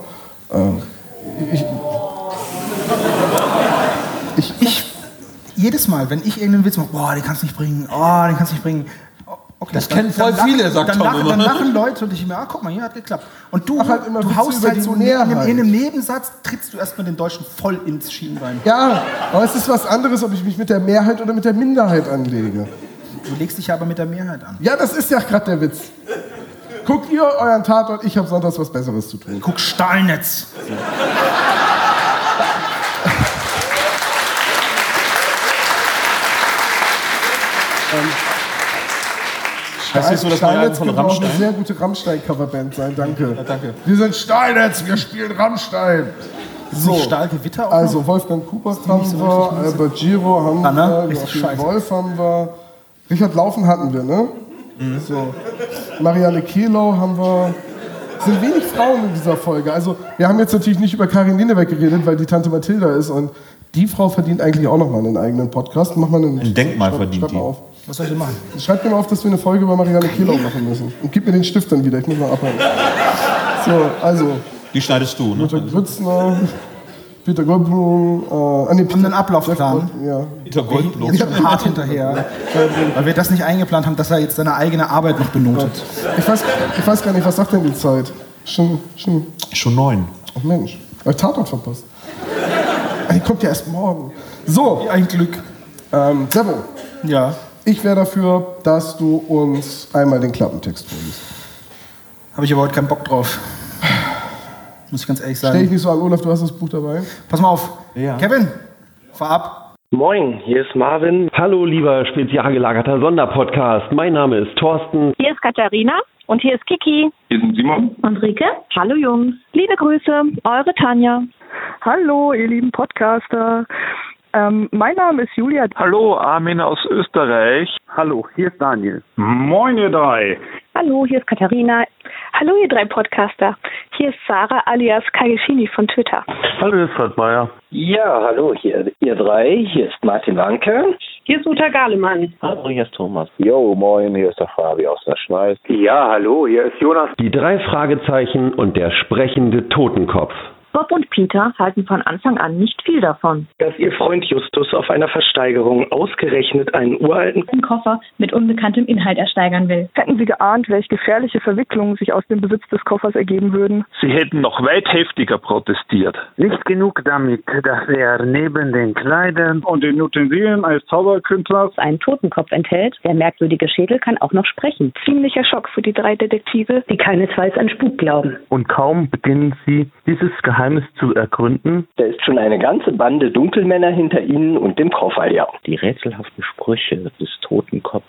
Jedes Mal, wenn ich irgendeinen Witz mache, boah, den kannst du nicht bringen, den kannst du nicht bringen. Okay, das kennen voll viele, sagt Tom immer. Dann lachen Leute und ich mir, guck mal, hier hat geklappt. Und du haust über halt die so Mehrheit. in einem Nebensatz, trittst du erstmal den Deutschen voll ins Schienbein. Ja, aber es ist was anderes, ob ich mich mit der Mehrheit oder mit der Minderheit anlege. Du legst dich aber mit der Mehrheit an. Ja, das ist ja gerade der Witz. Guckt ihr euren Tatort, ich habe sonntags was Besseres zu tun. Guck Stahlnetz. So. Das ist so das neue Album von könnte auch eine Rammstein. sehr gute Rammstein-Coverband sein, danke. Ja, danke. Wir sind Stahlnetz, wir spielen Rammstein. So, Stahlgewitter auch also noch? Wolfgang Kubert haben wir, Albert Giro haben wir, Joachim Wolf haben wir, Richard Laufen hatten wir, ne? So. Marianne Kehlau haben wir. Es sind wenig Frauen in dieser Folge. Also wir haben jetzt natürlich nicht über Karin Linebeck geredet, weil die Tante Mathilda ist und die Frau verdient eigentlich auch noch mal einen eigenen Podcast. Mach mal ein Denkmal verdient die. Auf. Was soll ich denn machen? Schreibt mir mal auf, dass wir eine Folge über Marianne Kehlau machen müssen. Und gib mir den Stift dann wieder, ich muss mal abhalten. So, also. Die schneidest du, ne? Lothar Grützner, Peter Goldblum, und einen Ablaufplan. Ja. Peter Goldblum. Jetzt schon hart hinterher. Weil wir das nicht eingeplant haben, dass er jetzt seine eigene Arbeit noch benotet. Ich weiß gar nicht, was sagt denn die Zeit? Schon 9. Ach Mensch, ich Tatort verpasst. Die kommt ja erst morgen. So. Ein Glück. Sebo. Ja. Ich wäre dafür, dass du uns einmal den Klappentext vorliest. Habe ich aber heute keinen Bock drauf. Muss ich ganz ehrlich sagen. Stell dich nicht so an, Olaf, du hast das Buch dabei. Pass mal auf. Ja. Kevin, fahr ab. Moin, hier ist Marvin. Hallo, lieber spezialgelagerter Sonderpodcast. Mein Name ist Thorsten. Hier ist Katharina und hier ist Kiki. Hier sind Simon. Und Rike. Hallo Jungs. Liebe Grüße, eure Tanja. Hallo, ihr lieben Podcaster. Mein Name ist Julia. Hallo, Armin aus Österreich. Hallo, hier ist Daniel. Moin, ihr drei. Hallo, hier ist Katharina. Hallo, ihr drei Podcaster. Hier ist Sarah alias Kagefini von Twitter. Hallo, hier ist Fred Meyer. Ja, hallo, hier ihr drei. Hier ist Martin Wanke. Hier ist Uta Gahlemann. Hallo, hier ist Thomas. Jo, moin, hier ist der Fabi aus der Schneid. Ja, hallo, hier ist Jonas. Die 3 Fragezeichen und der sprechende Totenkopf. Bob und Peter halten von Anfang an nicht viel davon. Dass ihr Freund Justus auf einer Versteigerung ausgerechnet einen uralten Koffer mit unbekanntem Inhalt ersteigern will. Hätten sie geahnt, welche gefährliche Verwicklungen sich aus dem Besitz des Koffers ergeben würden? Sie hätten noch weit heftiger protestiert. Nicht genug damit, dass er neben den Kleidern und den Utensilien eines Zauberkünstlers einen Totenkopf enthält. Der merkwürdige Schädel kann auch noch sprechen. Ziemlicher Schock für die 3 Detektive, die keinesfalls an Spuk glauben. Und kaum beginnen sie, dieses Geheimnis zu ergründen. Da ist schon eine ganze Bande Dunkelmänner hinter ihnen und dem Koffer, ja. Die rätselhaften Sprüche des Totenkopfes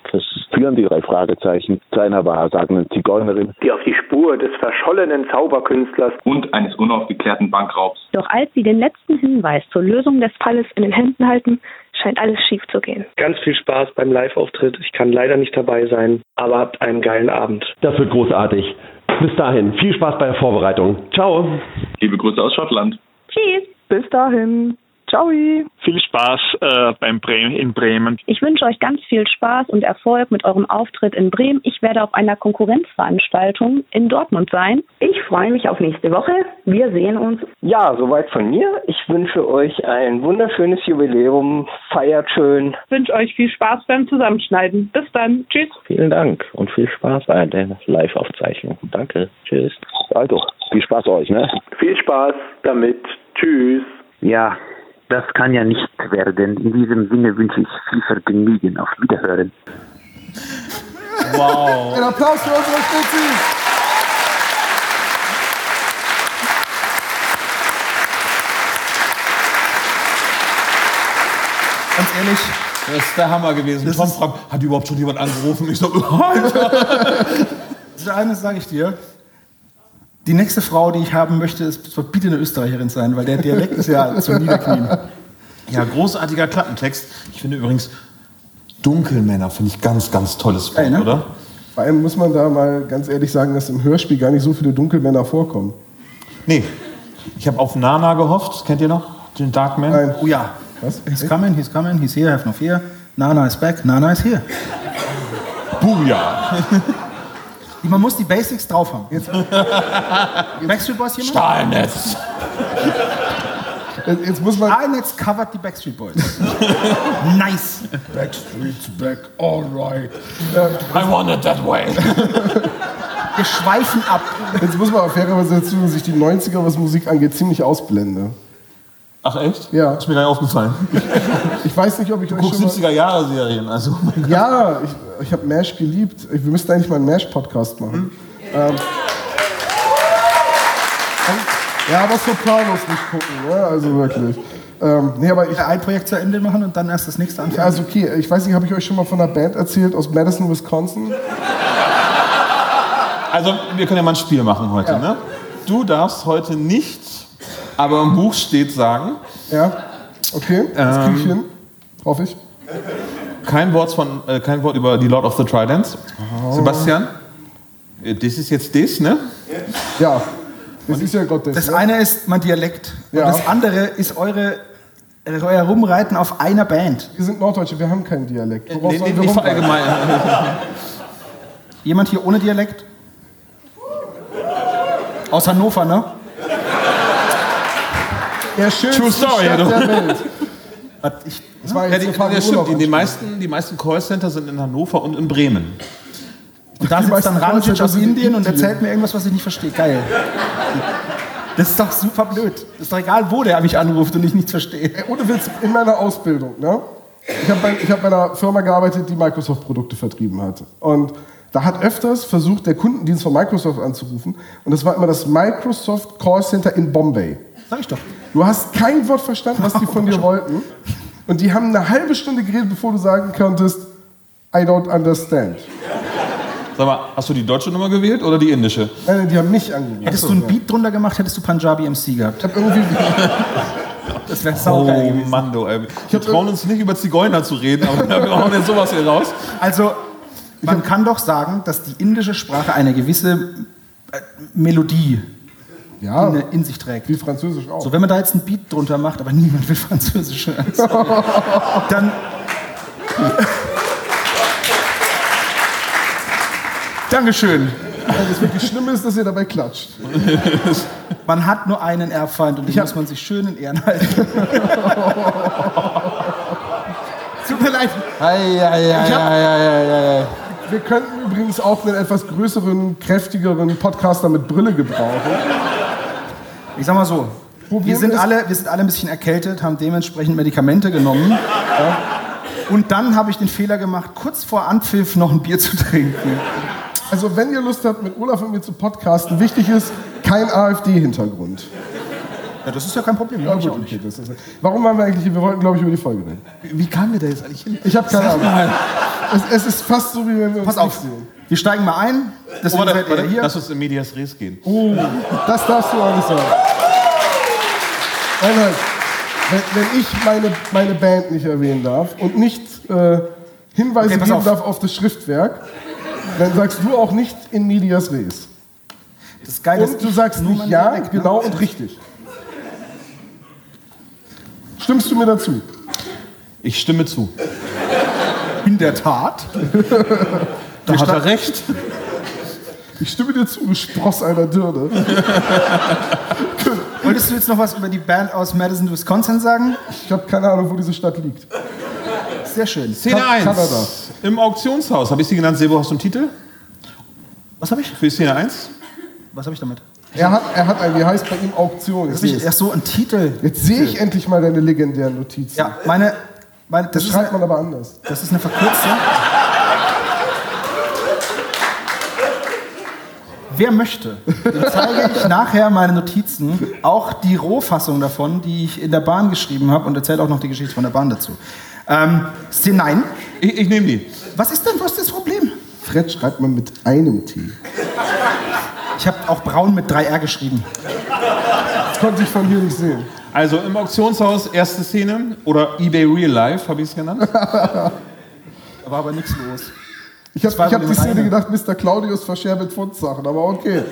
führen die 3 Fragezeichen zu einer wahrsagenden Zigeunerin, die auf die Spur des verschollenen Zauberkünstlers und eines unaufgeklärten Bankraubs. Doch als sie den letzten Hinweis zur Lösung des Falles in den Händen halten, scheint alles schief zu gehen. Ganz viel Spaß beim Live-Auftritt. Ich kann leider nicht dabei sein, aber habt einen geilen Abend. Das wird großartig. Bis dahin, viel Spaß bei der Vorbereitung. Ciao. Liebe Grüße aus Schottland. Tschüss. Bis dahin. Ciao. Viel Spaß in Bremen. Ich wünsche euch ganz viel Spaß und Erfolg mit eurem Auftritt in Bremen. Ich werde auf einer Konkurrenzveranstaltung in Dortmund sein. Ich freue mich auf nächste Woche. Wir sehen uns. Ja, soweit von mir. Ich wünsche euch ein wunderschönes Jubiläum. Feiert schön. Ich wünsche euch viel Spaß beim Zusammenschneiden. Bis dann. Tschüss. Vielen Dank und viel Spaß bei der Live-Aufzeichnung. Danke. Tschüss. Also, viel Spaß euch, ne? Viel Spaß damit. Tschüss. Ja, das kann ja nicht werden. In diesem Sinne wünsche ich viel Vergnügen. Auf Wiederhören. Wow. Ein Applaus für unsere Spezis. Ganz ehrlich, das ist der Hammer gewesen. Tom fragt, hat überhaupt schon jemand angerufen? Ich so, das eines sage ich dir. Die nächste Frau, die ich haben möchte, soll bitte eine Österreicherin sein, weil der Dialekt ist ja zum Niederknien. Ja, großartiger Klappentext. Ich finde übrigens, Dunkelmänner finde ich ganz, ganz tolles Wort, ne? oder? Vor allem muss man da mal ganz ehrlich sagen, dass im Hörspiel gar nicht so viele Dunkelmänner vorkommen. Nee. Ich habe auf Nana gehofft. Kennt ihr noch? Den Darkman? Nein. Oh ja. Was? He's coming, he's here, have no fear. Nana is back, Nana is here. Booyah. Man muss die Basics drauf haben. Jetzt Backstreet Boys jemand? Stahlnetz. Jetzt muss man... Stahlnetz covert die Backstreet Boys. Nice. Backstreet's back, alright. I want it that way. Wir schweifen ab. Jetzt muss man auf fairerweise dazu, dass ich die 90er, was Musik angeht, ziemlich ausblende. Ach echt? Ja. Ist mir gar nicht aufgefallen. Ich weiß nicht, ob ich euch schon 70er-Jahre-Serien, also... Ja, ich habe MASH geliebt. Wir müssten eigentlich mal einen MASH-Podcast machen. Ja, aber Sopranos nicht gucken, ja? Also wirklich. Nee, aber ein Projekt zu Ende machen und dann erst das nächste anfangen. Ja, also okay, ich weiß nicht, habe ich euch schon mal von einer Band erzählt aus Madison, Wisconsin? Also, wir können ja mal ein Spiel machen heute, ne? Du darfst heute nicht, aber im Buch steht sagen. Ja, okay, das krieg ich hin, hoffe ich. Kein Wort über die Lord of the Tridents. Oh. Sebastian, das ist jetzt das, ne? Ja, das ist ja Gottes. Das eine ist mein Dialekt und das andere ist euer Rumreiten auf einer Band. Wir sind Norddeutsche, wir haben keinen Dialekt. Nee, nicht verallgemein. Jemand hier ohne Dialekt? Aus Hannover, ne? Der schönste True Story, Stadt der Welt. Das war jetzt stimmt. Die meisten Callcenter sind in Hannover und in Bremen. Und da sitzt dann Ranjit aus Indien und erzählt mir irgendwas, was ich nicht verstehe. Geil. Das ist doch super blöd. Das ist doch egal, wo der mich anruft und ich nichts verstehe. Ohne Witz, in meiner Ausbildung, ne? Ich hab bei einer Firma gearbeitet, die Microsoft-Produkte vertrieben hat. Und da hat öfters versucht, der Kundendienst von Microsoft anzurufen. Und das war immer das Microsoft Callcenter in Bombay. Sag ich doch. Du hast kein Wort verstanden, was die von dir wollten. Und die haben eine halbe Stunde geredet, bevor du sagen konntest, I don't understand. Sag mal, hast du die deutsche Nummer gewählt oder die indische? Nein, die haben mich angerufen. Hättest du einen Beat drunter gemacht, hättest du Punjabi MC gehabt. Ich hab irgendwie... Das wäre saugeil gewesen. Oh Mann, du, ey. Wir trauen uns nicht über Zigeuner zu reden, aber wir hauen jetzt sowas hier raus. Also, man kann doch sagen, dass die indische Sprache eine gewisse Melodie in sich trägt. Wie Französisch auch. So, wenn man da jetzt einen Beat drunter macht, aber niemand will Französisch hören, dann... Dankeschön. Das wirklich Schlimme ist, dass ihr dabei klatscht. Man hat nur einen Erbfeind und den muss man sich schön in Ehren halten. Tut mir leid. Wir könnten übrigens auch einen etwas größeren, kräftigeren Podcaster mit Brille gebrauchen. Ich sag mal so, wir sind alle ein bisschen erkältet, haben dementsprechend Medikamente genommen. Ja. Und dann habe ich den Fehler gemacht, kurz vor Anpfiff noch ein Bier zu trinken. Also wenn ihr Lust habt, mit Olaf und mir zu podcasten, wichtig ist, kein AfD-Hintergrund. Ja, das ist ja kein Problem. Ja, gut, okay, warum waren wir eigentlich hier? Wir wollten, glaube ich, über die Folge reden. Wie kamen wir da jetzt eigentlich hin? Ich habe keine Ahnung. Es ist fast so, wie wenn wir uns Pass auf, nicht sehen. wir steigen mal ein. Deswegen seid ihr hier. Lass uns in Medias Res gehen. Oh, das darfst du auch nicht sagen. Nein. Wenn ich meine Band nicht erwähnen darf und nicht Hinweise geben darf auf das Schriftwerk, dann sagst du auch nicht in Medias Res. Das ist geil, und du sagst nicht ja, genau und richtig. Stimmst du mir dazu? Ich stimme zu. In der Tat. Da hat er recht. Ich stimme dir zu, du Spross einer Dirne. Wolltest du jetzt noch was über die Band aus Madison, Wisconsin sagen? Ich habe keine Ahnung, wo diese Stadt liegt. Sehr schön. Szene 1. Kanada. Im Auktionshaus. Habe ich sie genannt? Sebo, hast du einen Titel? Was habe ich? Für Szene 1? Was habe ich damit? Er hat ein, wie heißt bei ihm, Auktion. Erst so ein Titel. Jetzt sehe ich endlich mal deine legendären Notizen. Ja, das schreibt man aber anders. Das ist eine verkürzte. Wer möchte, dem zeige ich nachher meine Notizen, auch die Rohfassung davon, die ich in der Bahn geschrieben habe und erzähle auch noch die Geschichte von der Bahn dazu. Nein. Ich nehme die. Was ist das Problem? Fred schreibt man mit einem T. Ich habe auch Braun mit 3R geschrieben. Das konnte ich von hier nicht sehen. Also im Auktionshaus, erste Szene, oder eBay Real Life, habe ich es genannt. Da war aber nichts los. Ich hab die Szene gedacht, Mr. Claudius verscherbelt Fundsachen, aber okay.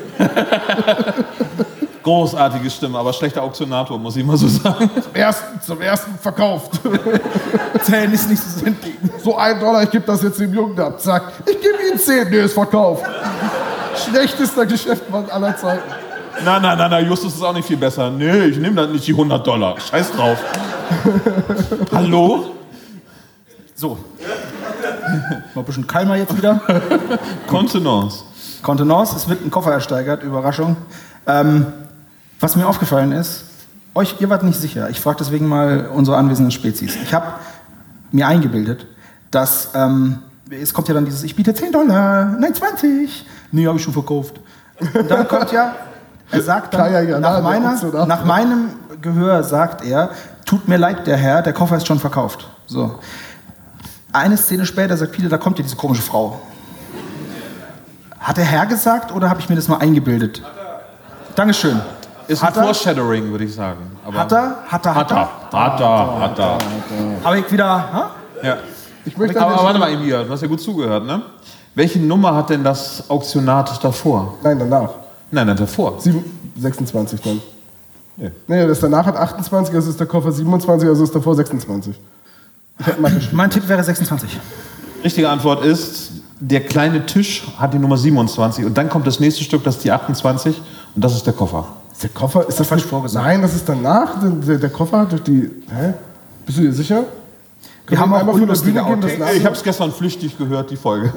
Großartige Stimme, aber schlechter Auktionator, muss ich mal so sagen. Zum ersten verkauft. Zählen ist nicht so entgegen. So $1, ich gebe das jetzt dem Jungen ab. Zack, ich gebe ihm 10, nee, ist verkauft. Schlechtester Geschäftsmann aller Zeiten. Na, Justus ist auch nicht viel besser. Nee, ich nehme dann nicht die $100. Scheiß drauf. Hallo? So. Mal ein bisschen kalmer jetzt wieder. Kontenance. Es wird ein Koffer ersteigert, Überraschung. Was mir aufgefallen ist, ihr wart nicht sicher. Ich frage deswegen mal unsere anwesenden Spezies. Ich habe mir eingebildet, dass es kommt ja dann dieses, ich biete $10, nein 20. Nee, habe ich schon verkauft. Und dann kommt ja, er sagt dann, nach meinem Gehör sagt er, tut mir leid, der Herr, der Koffer ist schon verkauft. So. Eine Szene später sagt Peter, da kommt ja diese komische Frau. Hat der Herr gesagt oder habe ich mir das mal eingebildet? Dankeschön. Ist ein Foreshadowing, würde ich sagen. Aber hat er. Aber ich wieder, ja. Aber warte mal, Emil, du hast ja gut zugehört, ne? Welche Nummer hat denn das Auktionat davor? Nein, danach. Nein, davor. 26 dann. Nee, das danach hat 28, also ist der Koffer 27, also ist davor 26. Mein Tipp wäre 26. Richtige Antwort ist, der kleine Tisch hat die Nummer 27 und dann kommt das nächste Stück, das ist die 28 und das ist der Koffer. Der Koffer, ist das falsch vorgesagt? Nein, das ist danach. Der Koffer hat durch die... Hä? Bist du dir sicher? Wir haben einmal von der Bühne gehen. Ich habe es gestern flüchtig gehört, die Folge.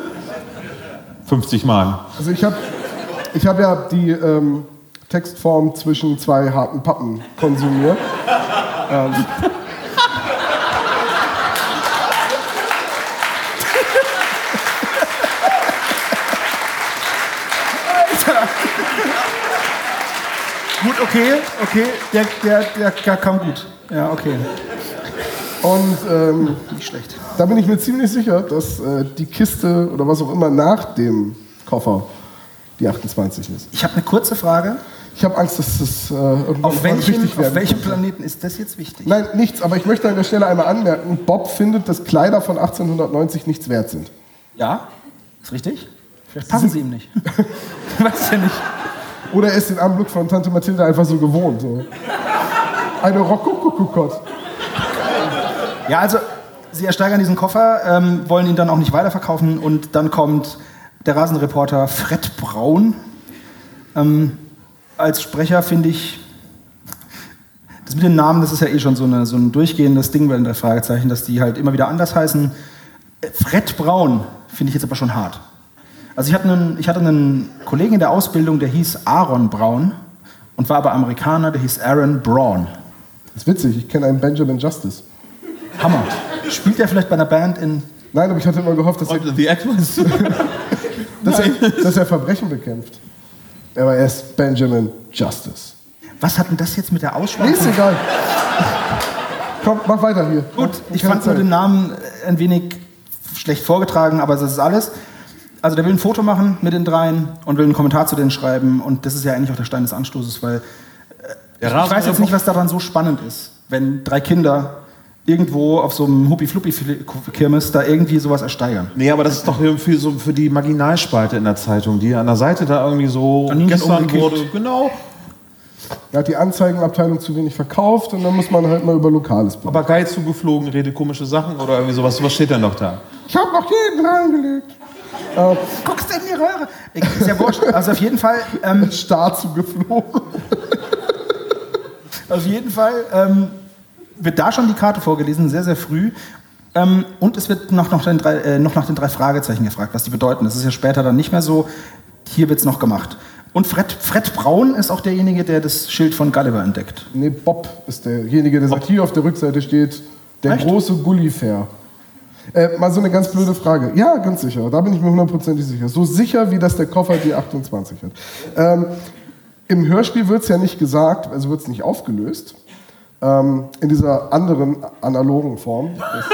50 Mal. Also ich hab ja die Textform zwischen zwei harten Pappen konsumiert. Gut, okay, der kam gut. Ja, okay. Und nicht schlecht. Da bin ich mir ziemlich sicher, dass die Kiste oder was auch immer nach dem Koffer die 28 ist. Ich habe eine kurze Frage. Ich habe Angst, dass das irgendwann wichtig werden Auf welchem Planeten ist das jetzt wichtig? Nein, nichts, aber ich möchte an der Stelle einmal anmerken, Bob findet, dass Kleider von 1890 nichts wert sind. Ja, ist richtig. Vielleicht passen sie ihm nicht. Weiß ja nicht. Oder er ist den Anblick von Tante Mathilde einfach so gewohnt. So. Eine Rokokokokott. Ja, also sie ersteigern diesen Koffer, wollen ihn dann auch nicht weiterverkaufen und dann kommt der Rasenreporter Fred Braun. Als Sprecher finde ich, das mit den Namen, das ist ja eh schon so ein durchgehendes Ding bei den 3 Fragezeichen, dass die halt immer wieder anders heißen. Fred Braun finde ich jetzt aber schon hart. Also ich hatte einen Kollegen in der Ausbildung, der hieß Aaron Braun und war aber Amerikaner, der hieß Aaron Braun. Das ist witzig, ich kenne einen Benjamin Justice. Hammer. Spielt er vielleicht bei einer Band in... Nein, aber ich hatte immer gehofft, dass er Verbrechen bekämpft. Aber er ist Benjamin Justice. Was hat denn das jetzt mit der Aussprache? Ist egal. Komm, mach weiter hier. Gut, ich fand nur den Namen ein wenig schlecht vorgetragen, aber das ist alles. Also der will ein Foto machen mit den dreien und will einen Kommentar zu denen schreiben und das ist ja eigentlich auch der Stein des Anstoßes, weil ich weiß jetzt nicht, was daran so spannend ist, wenn 3 Kinder irgendwo auf so einem Huppi-Fluppi-Kirmes da irgendwie sowas ersteigern. Nee, aber das ist doch für die Marginalspalte in der Zeitung, die an der Seite da irgendwie so gestern wurde. Genau. Da hat die Anzeigenabteilung zu wenig verkauft und dann muss man halt mal über Lokales bleiben. Papagei zugeflogen, redet komische Sachen oder irgendwie sowas. Was steht denn noch da? Ich hab noch jeden reingelegt. Guckst du in die Röhre? Ist ja wurscht. Also auf jeden Fall... Star zugeflogen. Auf jeden Fall wird da schon die Karte vorgelesen, sehr, sehr früh. Und es wird noch nach den 3 Fragezeichen gefragt, was die bedeuten. Das ist ja später dann nicht mehr so. Hier wird es noch gemacht. Und Fred Braun ist auch derjenige, der das Schild von Gulliver entdeckt. Nee, Bob ist derjenige, der sagt, hier auf der Rückseite steht, der große Gulliver. Mal so eine ganz blöde Frage. Ja, ganz sicher. Da bin ich mir 100% sicher. So sicher, wie das der Koffer die 28 hat. Im Hörspiel wird es ja nicht gesagt, also wird es nicht aufgelöst. In dieser anderen analogen Form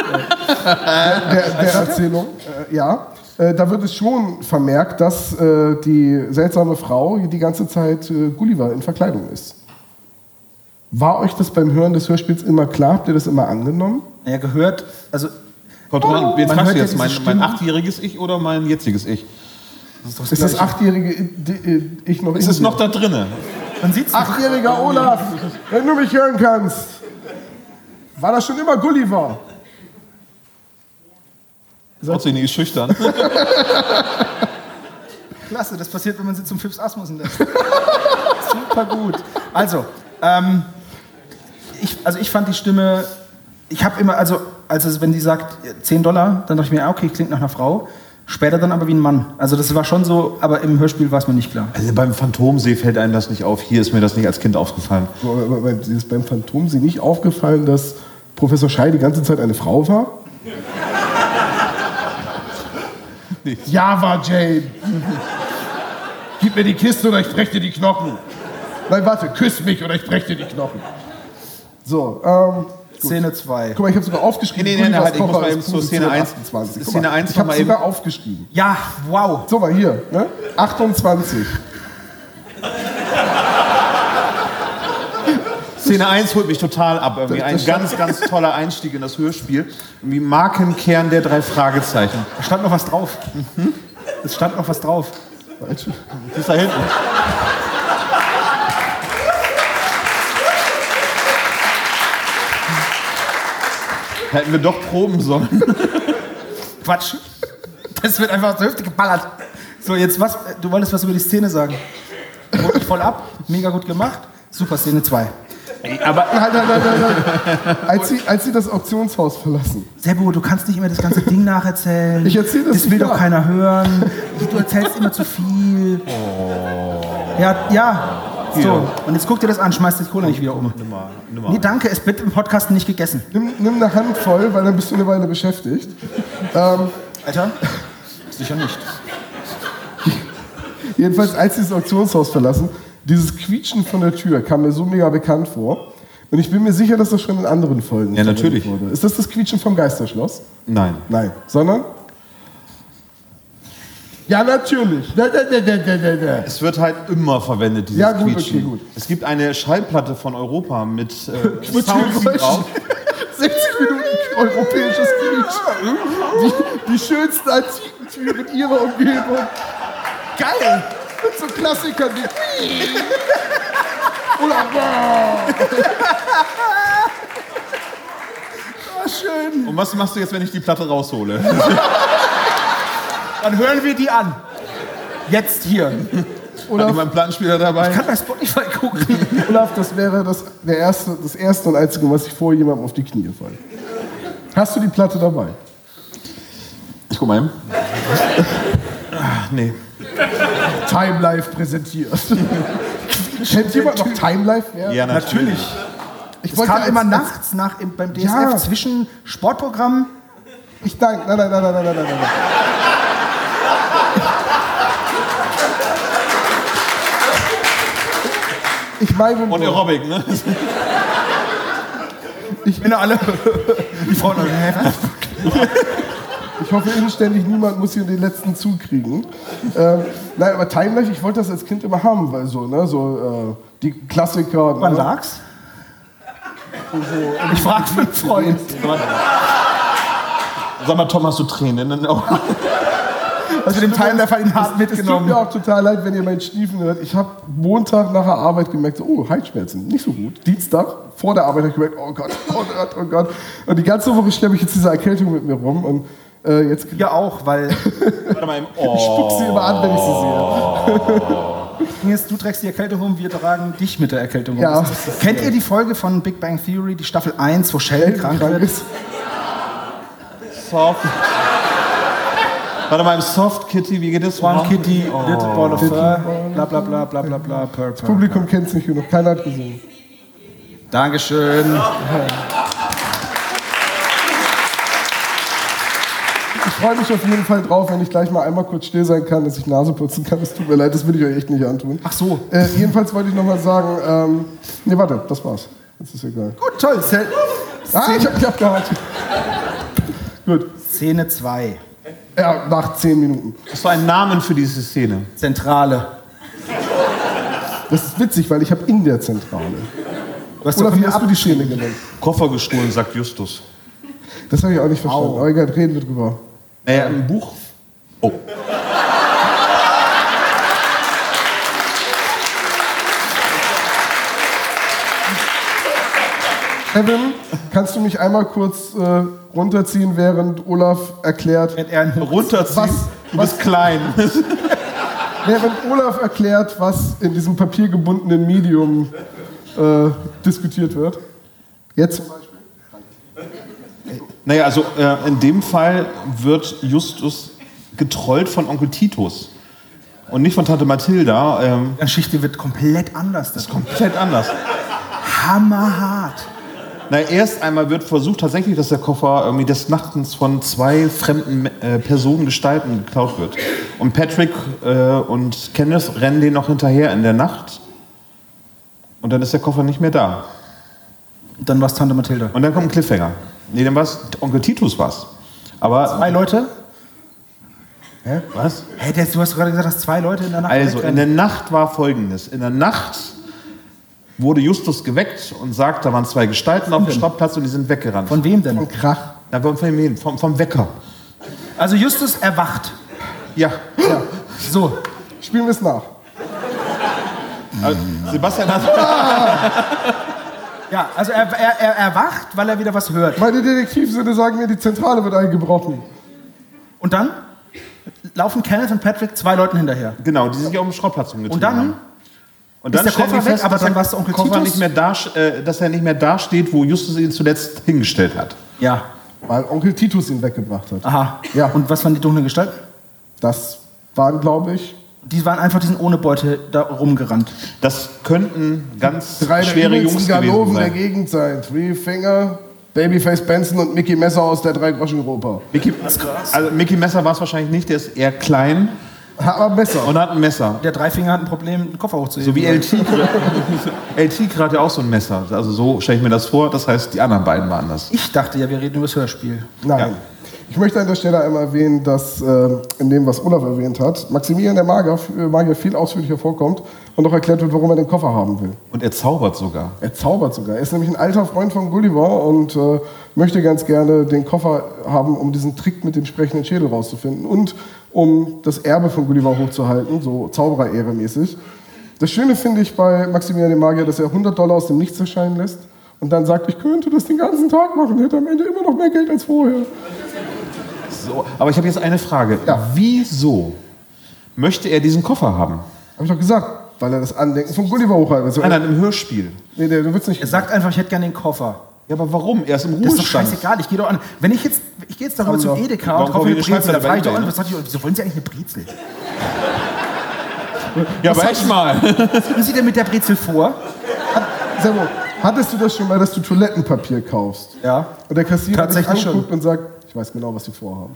der Erzählung. Da wird es schon vermerkt, dass die seltsame Frau die ganze Zeit Gulliver in Verkleidung ist. War euch das beim Hören des Hörspiels immer klar? Habt ihr das immer angenommen? Ja, gehört, also... Jetzt fragst du jetzt, mein 8-jähriges Ich oder mein jetziges Ich? Ist das 8-jährige Ich noch? Ist es noch da drinne? Man sieht's. 8-jähriger Olaf, wenn du mich hören kannst. War das schon immer Gulliver? Trotzdem ist schüchtern. Klasse, das passiert, wenn man sie zum Fips Asmussen lässt. Super gut. Also, ich fand die Stimme, ich habe immer, also wenn die sagt $10, dann dachte ich mir, okay, klingt nach einer Frau. Später dann aber wie ein Mann. Also das war schon so, aber im Hörspiel war es mir nicht klar. Also beim Phantomsee fällt einem das nicht auf. Hier ist mir das nicht als Kind aufgefallen. Aber ist beim Phantomsee nicht aufgefallen, dass Professor Schei die ganze Zeit eine Frau war? Ja, war Jane. Gib mir die Kiste oder ich breche dir die Knochen. Nein, warte, küss mich oder ich breche dir die Knochen. So, Szene 2. Guck mal, ich habe sogar aufgeschrieben. Nee, halt, ich muss mal eben zur Szene 1. Szene 1 ich habe sogar aufgeschrieben. Ja, wow. So, mal hier, ne? 28. Szene 1 holt mich total ab. Irgendwie ein ganz, ganz toller Einstieg in das Hörspiel. Wie Markenkern der 3 Fragezeichen. Da stand noch was drauf. Es stand noch was drauf. Das ist da hinten. Hätten wir doch proben sollen. Quatsch. Das wird einfach aus der Hüfte geballert. So, jetzt was? Du wolltest was über die Szene sagen. Holt mich voll ab. Mega gut gemacht. Super, Szene 2. Aber nein. Als sie das Auktionshaus verlassen. Sebo, du kannst nicht immer das ganze Ding nacherzählen. Ich erzähle das. Das will doch keiner hören. Du erzählst immer zu viel. Oh. Ja. So, und jetzt guck dir das an, schmeiß die Cola nicht wieder um. Nummer. Nee, danke, es wird im Podcast nicht gegessen. Nimm eine Handvoll, weil dann bist du eine Weile beschäftigt. Alter, sicher nicht. Jedenfalls, als sie das Auktionshaus verlassen, dieses Quietschen von der Tür kam mir so mega bekannt vor. Und ich bin mir sicher, dass das schon in anderen Folgen natürlich wurde. Ist das Quietschen vom Geisterschloss? Nein. Nein. Sondern? Ja, natürlich. Es wird halt immer verwendet, dieses Quietschen. Okay, gut. Es gibt eine Schallplatte von Europa mit Sound drauf. 60 Minuten europäisches Quietschen. Die schönsten Antikentüren ihrer Umgebung. Geil! Mit so Klassikern wie... Schön. Und was machst du jetzt, wenn ich die Platte raushole? Dann hören wir die an. Jetzt hier. Olaf, hat meinen Plattenspieler dabei? Ich kann bei Spotify gucken. Olaf, das wäre das erste und einzige, was ich vor jemandem auf die Knie falle. Hast du die Platte dabei? Ich guck mal hin. Nee. Time Life präsentiert. Kennt jemand noch Time Life? Ja, natürlich. Ich wollte kam immer nachts beim DSF zwischen Sportprogrammen. Nein. Ich meine... Und Aerobic, ne? Ich bin alle... Die Frauen... Ich hoffe inständig, niemand muss hier den letzten Zug kriegen. Nein, aber Time Life, ich wollte das als Kind immer haben, weil so, ne, die Klassiker. Wann lag's? Ich frage für einen Freund. Sag mal, Tom, hast du Tränen in den Augen? Also den Time Life hat ihn hart mitgenommen. Es tut mir auch total leid, wenn ihr meinen Stiefen hört. Ich habe Montag nach der Arbeit gemerkt, so, Halsschmerzen, nicht so gut. Dienstag, vor der Arbeit, habe ich gemerkt, oh Gott, oh Gott, oh Gott. Und die ganze Woche schleppe ich jetzt diese Erkältung mit mir rum. Und jetzt ja auch, weil... Warte mal, ich spuck sie immer an, wenn ich sie sehe. Du trägst die Erkältung um, wir tragen dich mit der Erkältung um. Ja. Kennt ihr die Folge von Big Bang Theory, die Staffel 1, wo Sheldon krank wird? Soft. Warte mal, im Soft Kitty, wie geht das? One Kitty, Little Ball of Fur, bla bla bla bla bla bla. Das Publikum kennt es nicht genug, keiner hat gesehen. Dankeschön. Ich freue mich auf jeden Fall drauf, wenn ich gleich mal einmal kurz still sein kann, dass ich Nase putzen kann. Es tut mir leid, das will ich euch echt nicht antun. Ach so. Jedenfalls wollte ich noch mal sagen, nee, warte, das war's. Das ist egal. Gut, toll. Ich hab mich abgehakt. Gut. Szene 2. Ja, nach 10 Minuten. Hast du einen Namen für diese Szene? Zentrale. Das ist witzig, weil ich habe in der Zentrale. Oder wie hast du die Szene genannt? Koffer gestohlen, sagt Justus. Das habe ich auch nicht verstanden. Aber egal, reden wir drüber. Naja, im Buch... Oh. Kevin, kannst du mich einmal kurz runterziehen, während Olaf erklärt... Runterziehen? Du bist klein. Während Olaf erklärt, was in diesem papiergebundenen Medium diskutiert wird. Jetzt zum Beispiel. Naja, also in dem Fall wird Justus getrollt von Onkel Titus und nicht von Tante Mathilda. Die Geschichte wird komplett anders. Das ist komplett anders. Hammerhart. Na, erst einmal wird versucht tatsächlich, dass der Koffer irgendwie des Nachtens von 2 fremden Personengestalten geklaut wird. Und Patrick und Kenneth rennen den noch hinterher in der Nacht. Und dann ist der Koffer nicht mehr da. Dann war es Tante Mathilda. Und dann kommt ein Cliffhanger. Nee, dann war es Onkel Titus was. Aber 2 Leute? Hä? Was? Hey, du hast gerade gesagt, dass 2 Leute in der Nacht Also, in der Nacht war Folgendes. In der Nacht wurde Justus geweckt und sagt, da waren 2 Gestalten auf dem Schrottplatz und die sind weggerannt. Von wem denn? Von Krach. Na, vom Wecker. Also Justus erwacht. Ja. So. Spielen wir es nach. Sebastian hat... Ja, also er erwacht, weil er wieder was hört. Meine Detektivsinne sagen mir, die Zentrale wird eingebrochen. Und dann laufen Kenneth und Patrick 2 Leuten hinterher. Genau, die sich auf dem Schrottplatz umgetrieben haben. Und dann ist der Koffer weg, aber dann war es Onkel Titus. Nicht mehr dass er nicht mehr da steht, wo Justus ihn zuletzt hingestellt hat. Ja. Weil Onkel Titus ihn weggebracht hat. Aha. Ja. Und was waren die dunklen Gestalten? Das waren, glaube ich... Die sind ohne Beute da rumgerannt. Das könnten ganz 3 schwere Jungs gewesen der sein. Gegend sein. Three Finger, Babyface Benson und Mickey Messer aus der 3-Groschen-Gruppe. Mickey Messer war es wahrscheinlich nicht, der ist eher klein. Hat aber ein Messer. Und hat ein Messer. Der Dreifinger hat ein Problem, den Koffer hochzuheben. So wie LT. LT hat ja auch so ein Messer. Also so stelle ich mir das vor. Das heißt, die anderen beiden waren das. Ich dachte ja, wir reden über das Hörspiel. Nein. Ja. Ich möchte an der Stelle einmal erwähnen, dass in dem, was Olaf erwähnt hat, Maximilian der Magier viel ausführlicher vorkommt und auch erklärt wird, warum er den Koffer haben will. Und er zaubert sogar. Er ist nämlich ein alter Freund von Gulliver und möchte ganz gerne den Koffer haben, um diesen Trick mit dem sprechenden Schädel rauszufinden und um das Erbe von Gulliver hochzuhalten, so Zauberer-Ehre mäßig. Das Schöne finde ich bei Maximilian dem Magier, dass er $100 aus dem Nichts erscheinen lässt und dann sagt, ich könnte das den ganzen Tag machen, hätte am Ende immer noch mehr Geld als vorher. So, aber ich habe jetzt eine Frage. Ja. Wieso möchte er diesen Koffer haben? Habe ich doch gesagt, weil er das Andenken von Gulliver hochhalten will. Nein, im Hörspiel. Nee, du willst nicht. Er sagt einfach, ich hätte gerne den Koffer. Ja, aber warum? Er ist im Ruhestand. Das ist doch scheißegal, ich gehe doch an. Wenn ich gehe jetzt darüber zum Edeka und kaufe eine Brezel, dann frage ich doch an, wieso wollen Sie eigentlich eine Brezel? Ja, aber echt mal. Was haben Sie denn mit der Brezel vor? Servo, hattest du das schon mal, dass du Toilettenpapier kaufst? Ja. Und der Kassierer dich anguckt schon und sagt, ich weiß genau, was Sie vorhaben.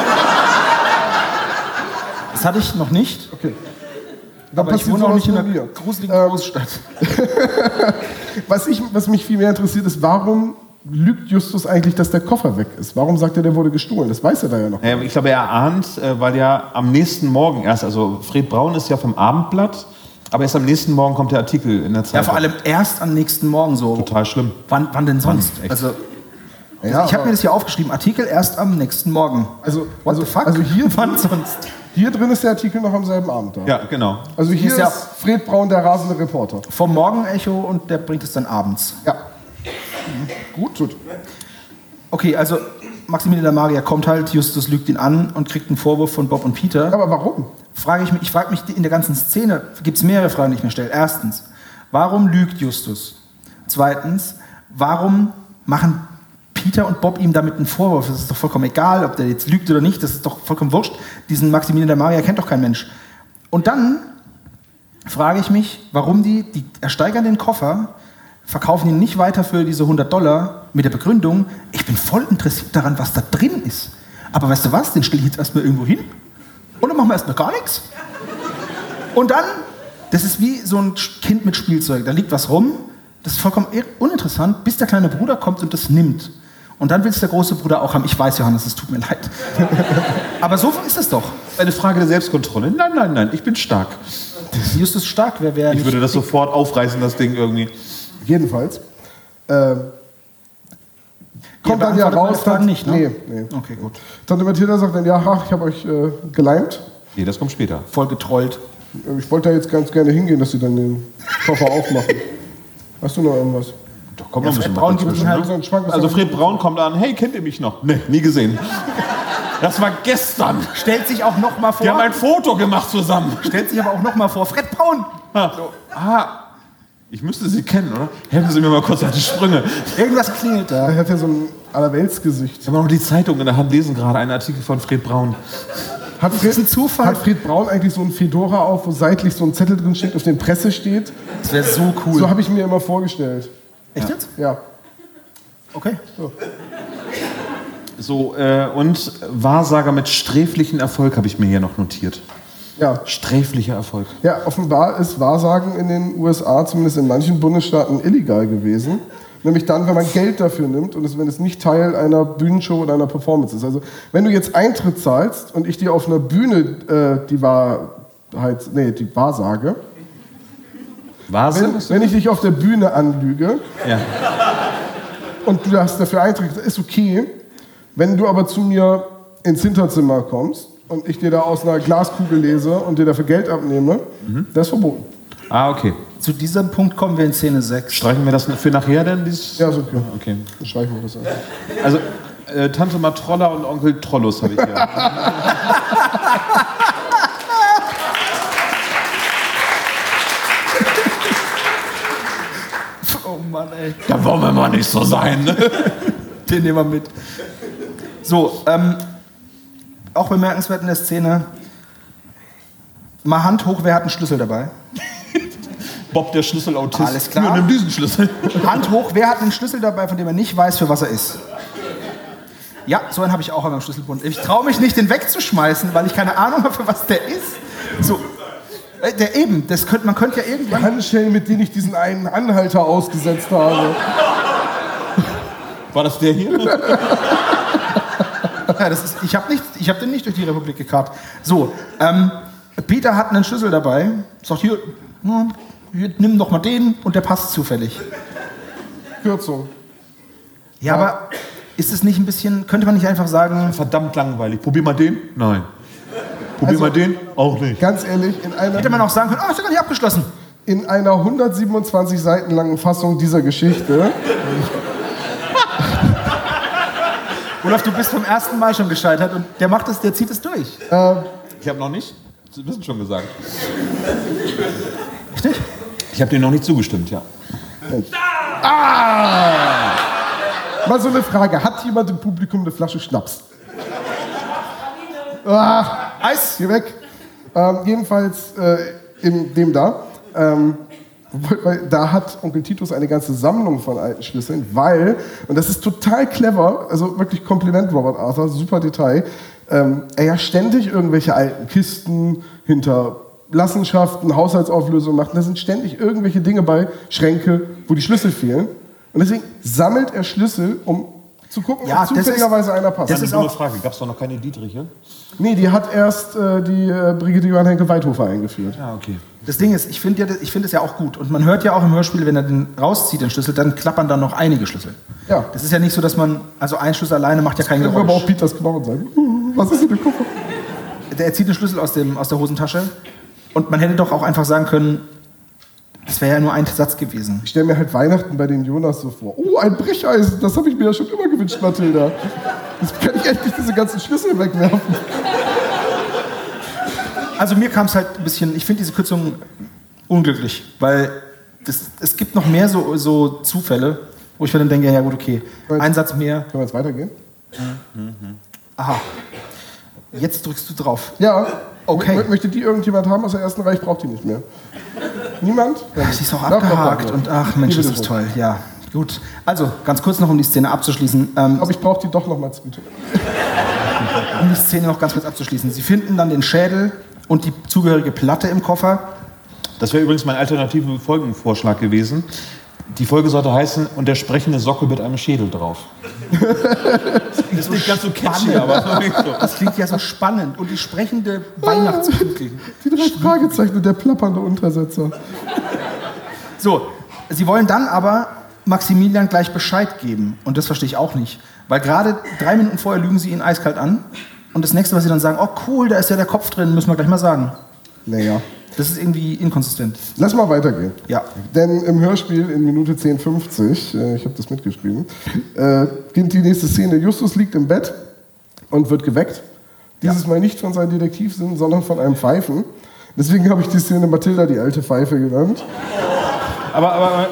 Das hatte ich noch nicht. Okay. Aber ich wohne auch nicht in einer gruseligen Großstadt. Was mich viel mehr interessiert, ist, warum lügt Justus eigentlich, dass der Koffer weg ist? Warum sagt er, der wurde gestohlen? Das weiß er da ja noch. Ich glaube, er ahnt, weil ja am nächsten Morgen erst, also Fred Braun ist ja vom Abendblatt, aber erst am nächsten Morgen kommt der Artikel in der Zeitung. Ja, vor allem erst am nächsten Morgen so. Total schlimm. Wann denn sonst? Also ich habe mir das hier aufgeschrieben, Artikel erst am nächsten Morgen. Also hier, wann sonst? Hier drin ist der Artikel noch am selben Abend da. Ja, genau. Also hier ist Fred Braun, der rasende Reporter. Vom Morgenecho und der bringt es dann abends. Ja. Gut. Okay, also Maximilian der Magier kommt halt, Justus lügt ihn an und kriegt einen Vorwurf von Bob und Peter. Aber warum? Ich frage mich in der ganzen Szene, gibt es mehrere Fragen, die ich mir stelle. Erstens, warum lügt Justus? Zweitens, warum machen Peter und Bob ihm damit einen Vorwurf? Das ist doch vollkommen egal, ob der jetzt lügt oder nicht, das ist doch vollkommen wurscht. Diesen Maximilian der Magier kennt doch kein Mensch. Und dann frage ich mich, warum die ersteigern den Koffer, verkaufen ihn nicht weiter für diese $100 mit der Begründung, ich bin voll interessiert daran, was da drin ist. Aber weißt du was, den stelle ich jetzt erstmal irgendwo hin und dann machen wir erstmal gar nichts. Und dann, das ist wie so ein Kind mit Spielzeug, da liegt was rum, das ist vollkommen uninteressant, bis der kleine Bruder kommt und das nimmt. Und dann will es der große Bruder auch haben. Ich weiß, Johannes, es tut mir leid. Aber so ist es doch. Eine Frage der Selbstkontrolle. Nein, ich bin stark. Justus stark, wer wäre Ich würde das sofort aufreißen, das Ding irgendwie. Jedenfalls. Kommt dann ja raus. Nicht, ne? Nee. Okay, gut. Tante Mathilda sagt dann, ich habe euch geleimt. Nee, das kommt später. Voll getrollt. Ich wollte da jetzt ganz gerne hingehen, dass sie dann den Koffer aufmachen. Hast du noch irgendwas? Doch, kommt noch ein bisschen Braun Also Fred Braun kommt an, hey, kennt ihr mich noch? Nee, nie gesehen. Das war gestern. Stellt sich auch noch mal vor. Wir haben ein Foto gemacht zusammen. Stellt sich aber auch noch mal vor, Fred Braun. Ich müsste sie kennen, oder? Helfen Sie mir mal kurz auf die Sprünge. Irgendwas klingelt da. Er hat ja so ein Allerweltsgesicht. Ich habe noch die Zeitung in der Hand, lesen gerade einen Artikel von Fred Braun. Hat Fred Braun eigentlich so ein Fedora auf, wo seitlich so ein Zettel drin steht, auf dem Presse steht? Das wäre so cool. So habe ich mir immer vorgestellt. Echt jetzt? Ja. Okay. So, und Wahrsager mit sträflichen Erfolg habe ich mir hier noch notiert. Ja. Sträflicher Erfolg. Ja, offenbar ist Wahrsagen in den USA, zumindest in manchen Bundesstaaten, illegal gewesen. Nämlich dann, wenn man Geld dafür nimmt und wenn es nicht Teil einer Bühnenshow oder einer Performance ist. Also wenn du jetzt Eintritt zahlst und ich dir auf einer Bühne die Wahrsage. Wenn ich dich auf der Bühne anlüge und du hast dafür Eintritt, ist okay. Wenn du aber zu mir ins Hinterzimmer kommst und ich dir da aus einer Glaskugel lese und dir dafür Geld abnehme, das ist verboten. Okay. Zu diesem Punkt kommen wir in Szene 6. Streichen wir das für nachher denn? Ja, ist okay. Dann streichen wir das einfach. Also, Tante Matrolla und Onkel Trollus habe ich hier. Oh Mann, ey. Da wollen wir mal nicht so sein, ne? Den nehmen wir mit. So, auch bemerkenswert in der Szene. Mal Hand hoch, wer hat einen Schlüssel dabei? Bob, der Schlüsselautist. Alles klar. Ja, nimm diesen Schlüssel. Hand hoch, wer hat einen Schlüssel dabei, von dem er nicht weiß, für was er ist? Ja, so einen habe ich auch an meinem Schlüsselbund. Ich traue mich nicht, den wegzuschmeißen, weil ich keine Ahnung habe, für was der ist. So, man könnte ja irgendwann... Die Handschellen, mit denen ich diesen einen Anhalter ausgesetzt habe. War das der hier? Ja, ich hab den nicht durch die Republik gekarrt. So, Peter hat einen Schlüssel dabei. Sagt, hier, nimm doch mal den und der passt zufällig. Kürzung. Ja, aber ist es nicht ein bisschen, könnte man nicht einfach sagen... Verdammt langweilig. Probier mal den? Nein. Probier mal den? Auch nicht. Ganz ehrlich, hätte man auch sagen können, ist ja gar nicht abgeschlossen. In einer 127 Seiten langen Fassung dieser Geschichte... Olaf, du bist vom ersten Mal schon gescheitert und der zieht es durch. Ich habe noch nicht. Sie wissen schon gesagt. Richtig? Ich habe dir noch nicht zugestimmt, ja. Mal so eine Frage. Hat jemand im Publikum eine Flasche Schnaps? Eis! Geh weg. Jedenfalls in dem da. Weil da hat Onkel Titus eine ganze Sammlung von alten Schlüsseln, weil, und das ist total clever, also wirklich Kompliment Robert Arthur, super Detail, er ja ständig irgendwelche alten Kisten hinter Lassenschaften, Haushaltsauflösungen macht, und da sind ständig irgendwelche Dinge bei, Schränke, wo die Schlüssel fehlen. Und deswegen sammelt er Schlüssel, um zu gucken, ob zufälligerweise einer passt. Das ist eine Frage. Gab es doch noch keine Dietriche? Nee, die hat erst die Brigitte Johann Henke-Weithofer eingeführt. Ja, okay. Das Ding ist, ich finde es ja auch gut. Und man hört ja auch im Hörspiel, wenn er den rauszieht, den Schlüssel, dann klappern dann noch einige Schlüssel. Ja. Das ist ja nicht so, dass man, also ein Schlüssel alleine macht ja keinen Geräusch. Aber auch Peters Knochen sagen, was ist in dem Koffer? Er zieht den Schlüssel aus der Hosentasche und man hätte doch auch einfach sagen können, das wäre ja nur ein Satz gewesen. Ich stelle mir halt Weihnachten bei den Jonas so vor. Oh, ein Brecheisen, das habe ich mir ja schon immer gewünscht, Mathilda. Jetzt kann ich endlich diese ganzen Schlüssel wegwerfen. Also mir kam es halt ein bisschen, ich finde diese Kürzung unglücklich, weil es gibt noch mehr so Zufälle, wo ich mir dann denke, ja gut, okay, ein Satz mehr. Können wir jetzt weitergehen? Aha. Jetzt drückst du drauf. Ja. Okay. Möchte die irgendjemand haben aus der ersten Reihe? Ich brauche die nicht mehr. Niemand? Ja, sie ist auch abgehakt und ach Mensch, das ist toll. Ja, gut. Also, ganz kurz noch, um die Szene abzuschließen. Aber ich brauche die doch noch mal zu. Um die Szene noch ganz kurz abzuschließen. Sie finden dann den Schädel und die zugehörige Platte im Koffer. Das wäre übrigens mein alternativer Folgenvorschlag gewesen. Die Folge sollte heißen, und der sprechende Sockel mit einem Schädel drauf. Das ist nicht ganz so catchy, aber das klingt ja so spannend. Und die sprechende Weihnachtskugel. Die 3 Fragezeichen und der plappernde Untersetzer. So, sie wollen dann aber Maximilian gleich Bescheid geben. Und das verstehe ich auch nicht. Weil gerade 3 Minuten vorher lügen sie ihn eiskalt an. Und das nächste, was sie dann sagen, oh cool, da ist ja der Kopf drin, müssen wir gleich mal sagen. Naja. Das ist irgendwie inkonsistent. Lass mal weitergehen. Ja. Denn im Hörspiel in Minute 10:50, ich habe das mitgeschrieben, beginnt die nächste Szene. Justus liegt im Bett und wird geweckt. Dieses Mal nicht von seinem Detektivsinn, sondern von einem Pfeifen. Deswegen habe ich die Szene Mathilda, die alte Pfeife, genannt. Aber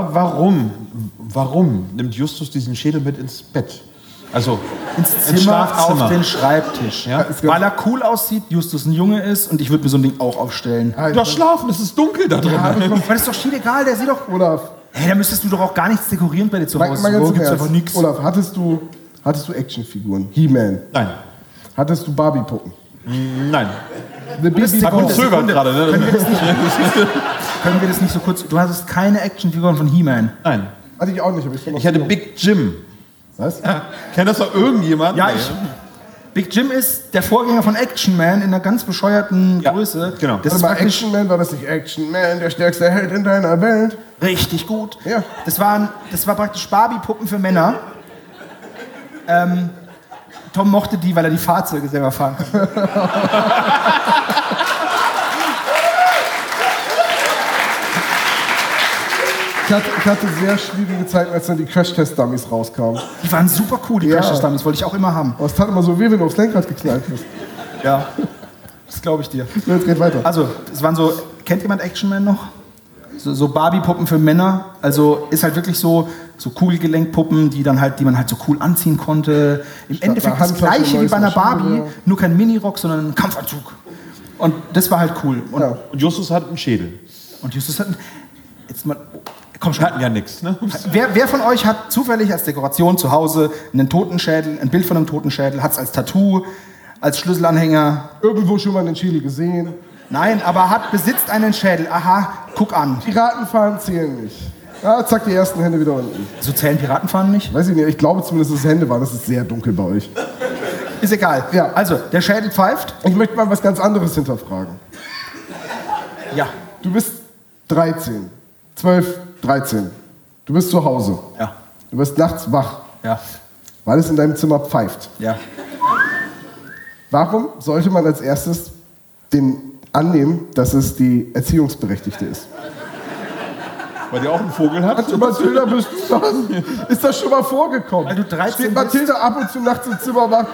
warum nimmt Justus diesen Schädel mit ins Bett? Also ins Zimmer, auf den Schreibtisch. Ja? Weil er cool aussieht, Justus ein Junge ist und ich würde mir so ein Ding auch aufstellen. Doch schlafen, es ist dunkel da drin. Ja, das ist doch schied egal, der sieht doch... Olaf. Hey, da müsstest du doch auch gar nichts dekorieren bei dir zu Hause. Mal ganz gibt's einfach nichts. Olaf, hattest du Actionfiguren? He-Man? Nein. Hattest du Barbie-Puppen? Nein. Sekunde, zögert gerade, ne? Können wir das nicht so kurz... Du hattest keine Actionfiguren von He-Man? Nein. Hatte ich auch nicht. Aber ich hatte Big Jim. Was? Kennt das doch irgendjemand? Ja, Big Jim ist der Vorgänger von Action Man in einer ganz bescheuerten Größe. Genau. Das war Action Man, war das nicht Action Man, der stärkste Held in deiner Welt? Richtig gut. Ja. Das war praktisch Barbie-Puppen für Männer. Tom mochte die, weil er die Fahrzeuge selber fahren kann. Ich hatte sehr schwierige Zeiten, als dann die Crash-Test-Dummies rauskamen. Die waren super cool, die Crash-Test-Dummies, wollte ich auch immer haben. Aber es tat immer so weh, wenn du aufs Lenkrad geknallt bist. Ja, das glaube ich dir. So, jetzt geht weiter. Also, es waren so, kennt jemand Action Man noch? So Barbie-Puppen für Männer. Also ist halt wirklich so Kugelgelenkpuppen, die man halt so cool anziehen konnte. Im Endeffekt das gleiche wie bei einer Barbie, nur kein Minirock, sondern ein Kampfanzug. Und das war halt cool. Und Justus hat einen Schädel. Und Justus hat jetzt mal... Komm schon. Hatten ja nichts, ne? Wer von euch hat zufällig als Dekoration zu Hause einen Totenschädel, ein Bild von einem Totenschädel, hat es als Tattoo, als Schlüsselanhänger? Irgendwo schon mal einen Schädel gesehen? Nein, aber besitzt einen Schädel. Aha, guck an. Piratenfahren zählen nicht. Ja, zack, die ersten Hände wieder unten. So zählen Piratenfahren nicht? Weiß ich nicht, ich glaube zumindest, dass es Hände waren. Das ist sehr dunkel bei euch. Ist egal. Ja. Also, der Schädel pfeift. Ich möchte mal was ganz anderes hinterfragen. Ja. Du bist 13, 12, 13. Du bist zu Hause. Ja. Du wirst nachts wach. Ja. Weil es in deinem Zimmer pfeift. Ja. Warum sollte man als erstes annehmen, dass es die Erziehungsberechtigte ist? Weil die auch einen Vogel hat? Mathilda, bist du das? Ist das schon mal vorgekommen? Weil du 13 Steht Mathilda ab und zu nachts im Zimmer wach?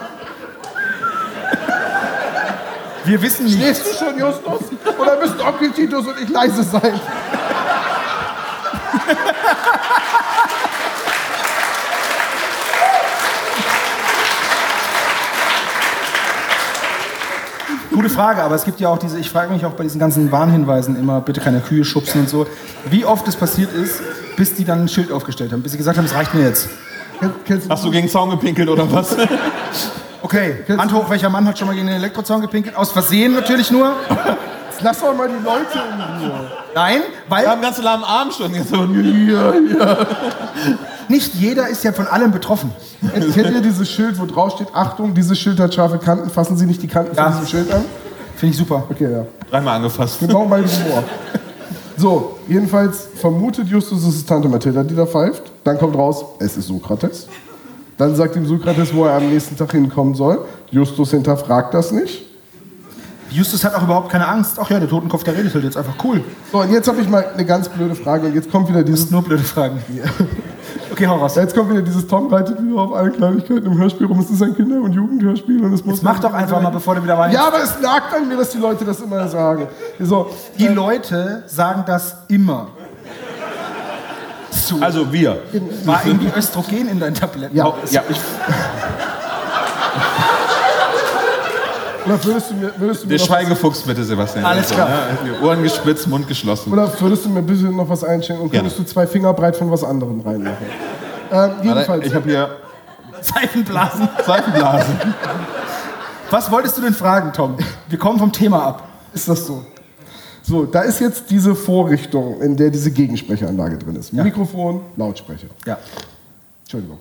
Wir wissen nicht. Schläfst du schon, Justus? Oder müssen Onkel Titus und ich leise sein? Gute Frage, aber es gibt ja auch diese, ich frage mich auch bei diesen ganzen Warnhinweisen immer, bitte keine Kühe schubsen und so, wie oft es passiert ist, bis die dann ein Schild aufgestellt haben, bis sie gesagt haben, es reicht mir jetzt. Hast du gegen den Zaun gepinkelt oder was? Okay, Hand hoch, welcher Mann hat schon mal gegen den Elektrozaun gepinkelt? Aus Versehen natürlich nur. Jetzt lass doch mal die Leute in Ruhe. Nein, weil... Wir haben ganz langen Arm schon. Jetzt so, Nicht jeder ist ja von allem betroffen. Kennt ihr dieses Schild, wo drauf steht, Achtung, dieses Schild hat scharfe Kanten, fassen Sie nicht die Kanten von diesem Schild an? Finde ich super. Okay, ja. Dreimal angefasst. Genau mein Humor. So, jedenfalls vermutet Justus, es ist Tante Mathilda, die da pfeift. Dann kommt raus, es ist Sokrates. Dann sagt ihm Sokrates, wo er am nächsten Tag hinkommen soll. Justus hinterfragt das nicht. Justus hat auch überhaupt keine Angst. Ach ja, der Totenkopf, der redet halt jetzt einfach cool. So, und jetzt habe ich mal eine ganz blöde Frage. Und jetzt kommt wieder dieses... Nur blöde Fragen. Ja. Okay, hau raus. Jetzt kommt wieder dieses Tom reitet wieder auf alle Kleinigkeiten im Hörspiel rum. Es ist ein Kinder- und Jugendhörspiel. Und es muss mach doch einfach mal, bevor du wieder weinst. Ja, aber es nagt an mir, dass die Leute das immer sagen. So, die Leute sagen das immer. So. Also wir. War irgendwie Östrogen in deinen Tabletten? Ja. Ja. Oder würdest du mir Der Schweigefuchs bitte, Sebastian. Alles klar. Ja, Ohren gespitzt, Mund geschlossen. Oder würdest du mir ein bisschen noch was einschenken und könntest du 2 Finger breit von was anderem reinmachen? Jedenfalls. Ich habe hier Seifenblasen. Seifenblasen. Was wolltest du denn fragen, Tom? Wir kommen vom Thema ab. Ist das so? So, da ist jetzt diese Vorrichtung, in der diese Gegensprechanlage drin ist. Mikrofon, Lautsprecher. Ja. Entschuldigung.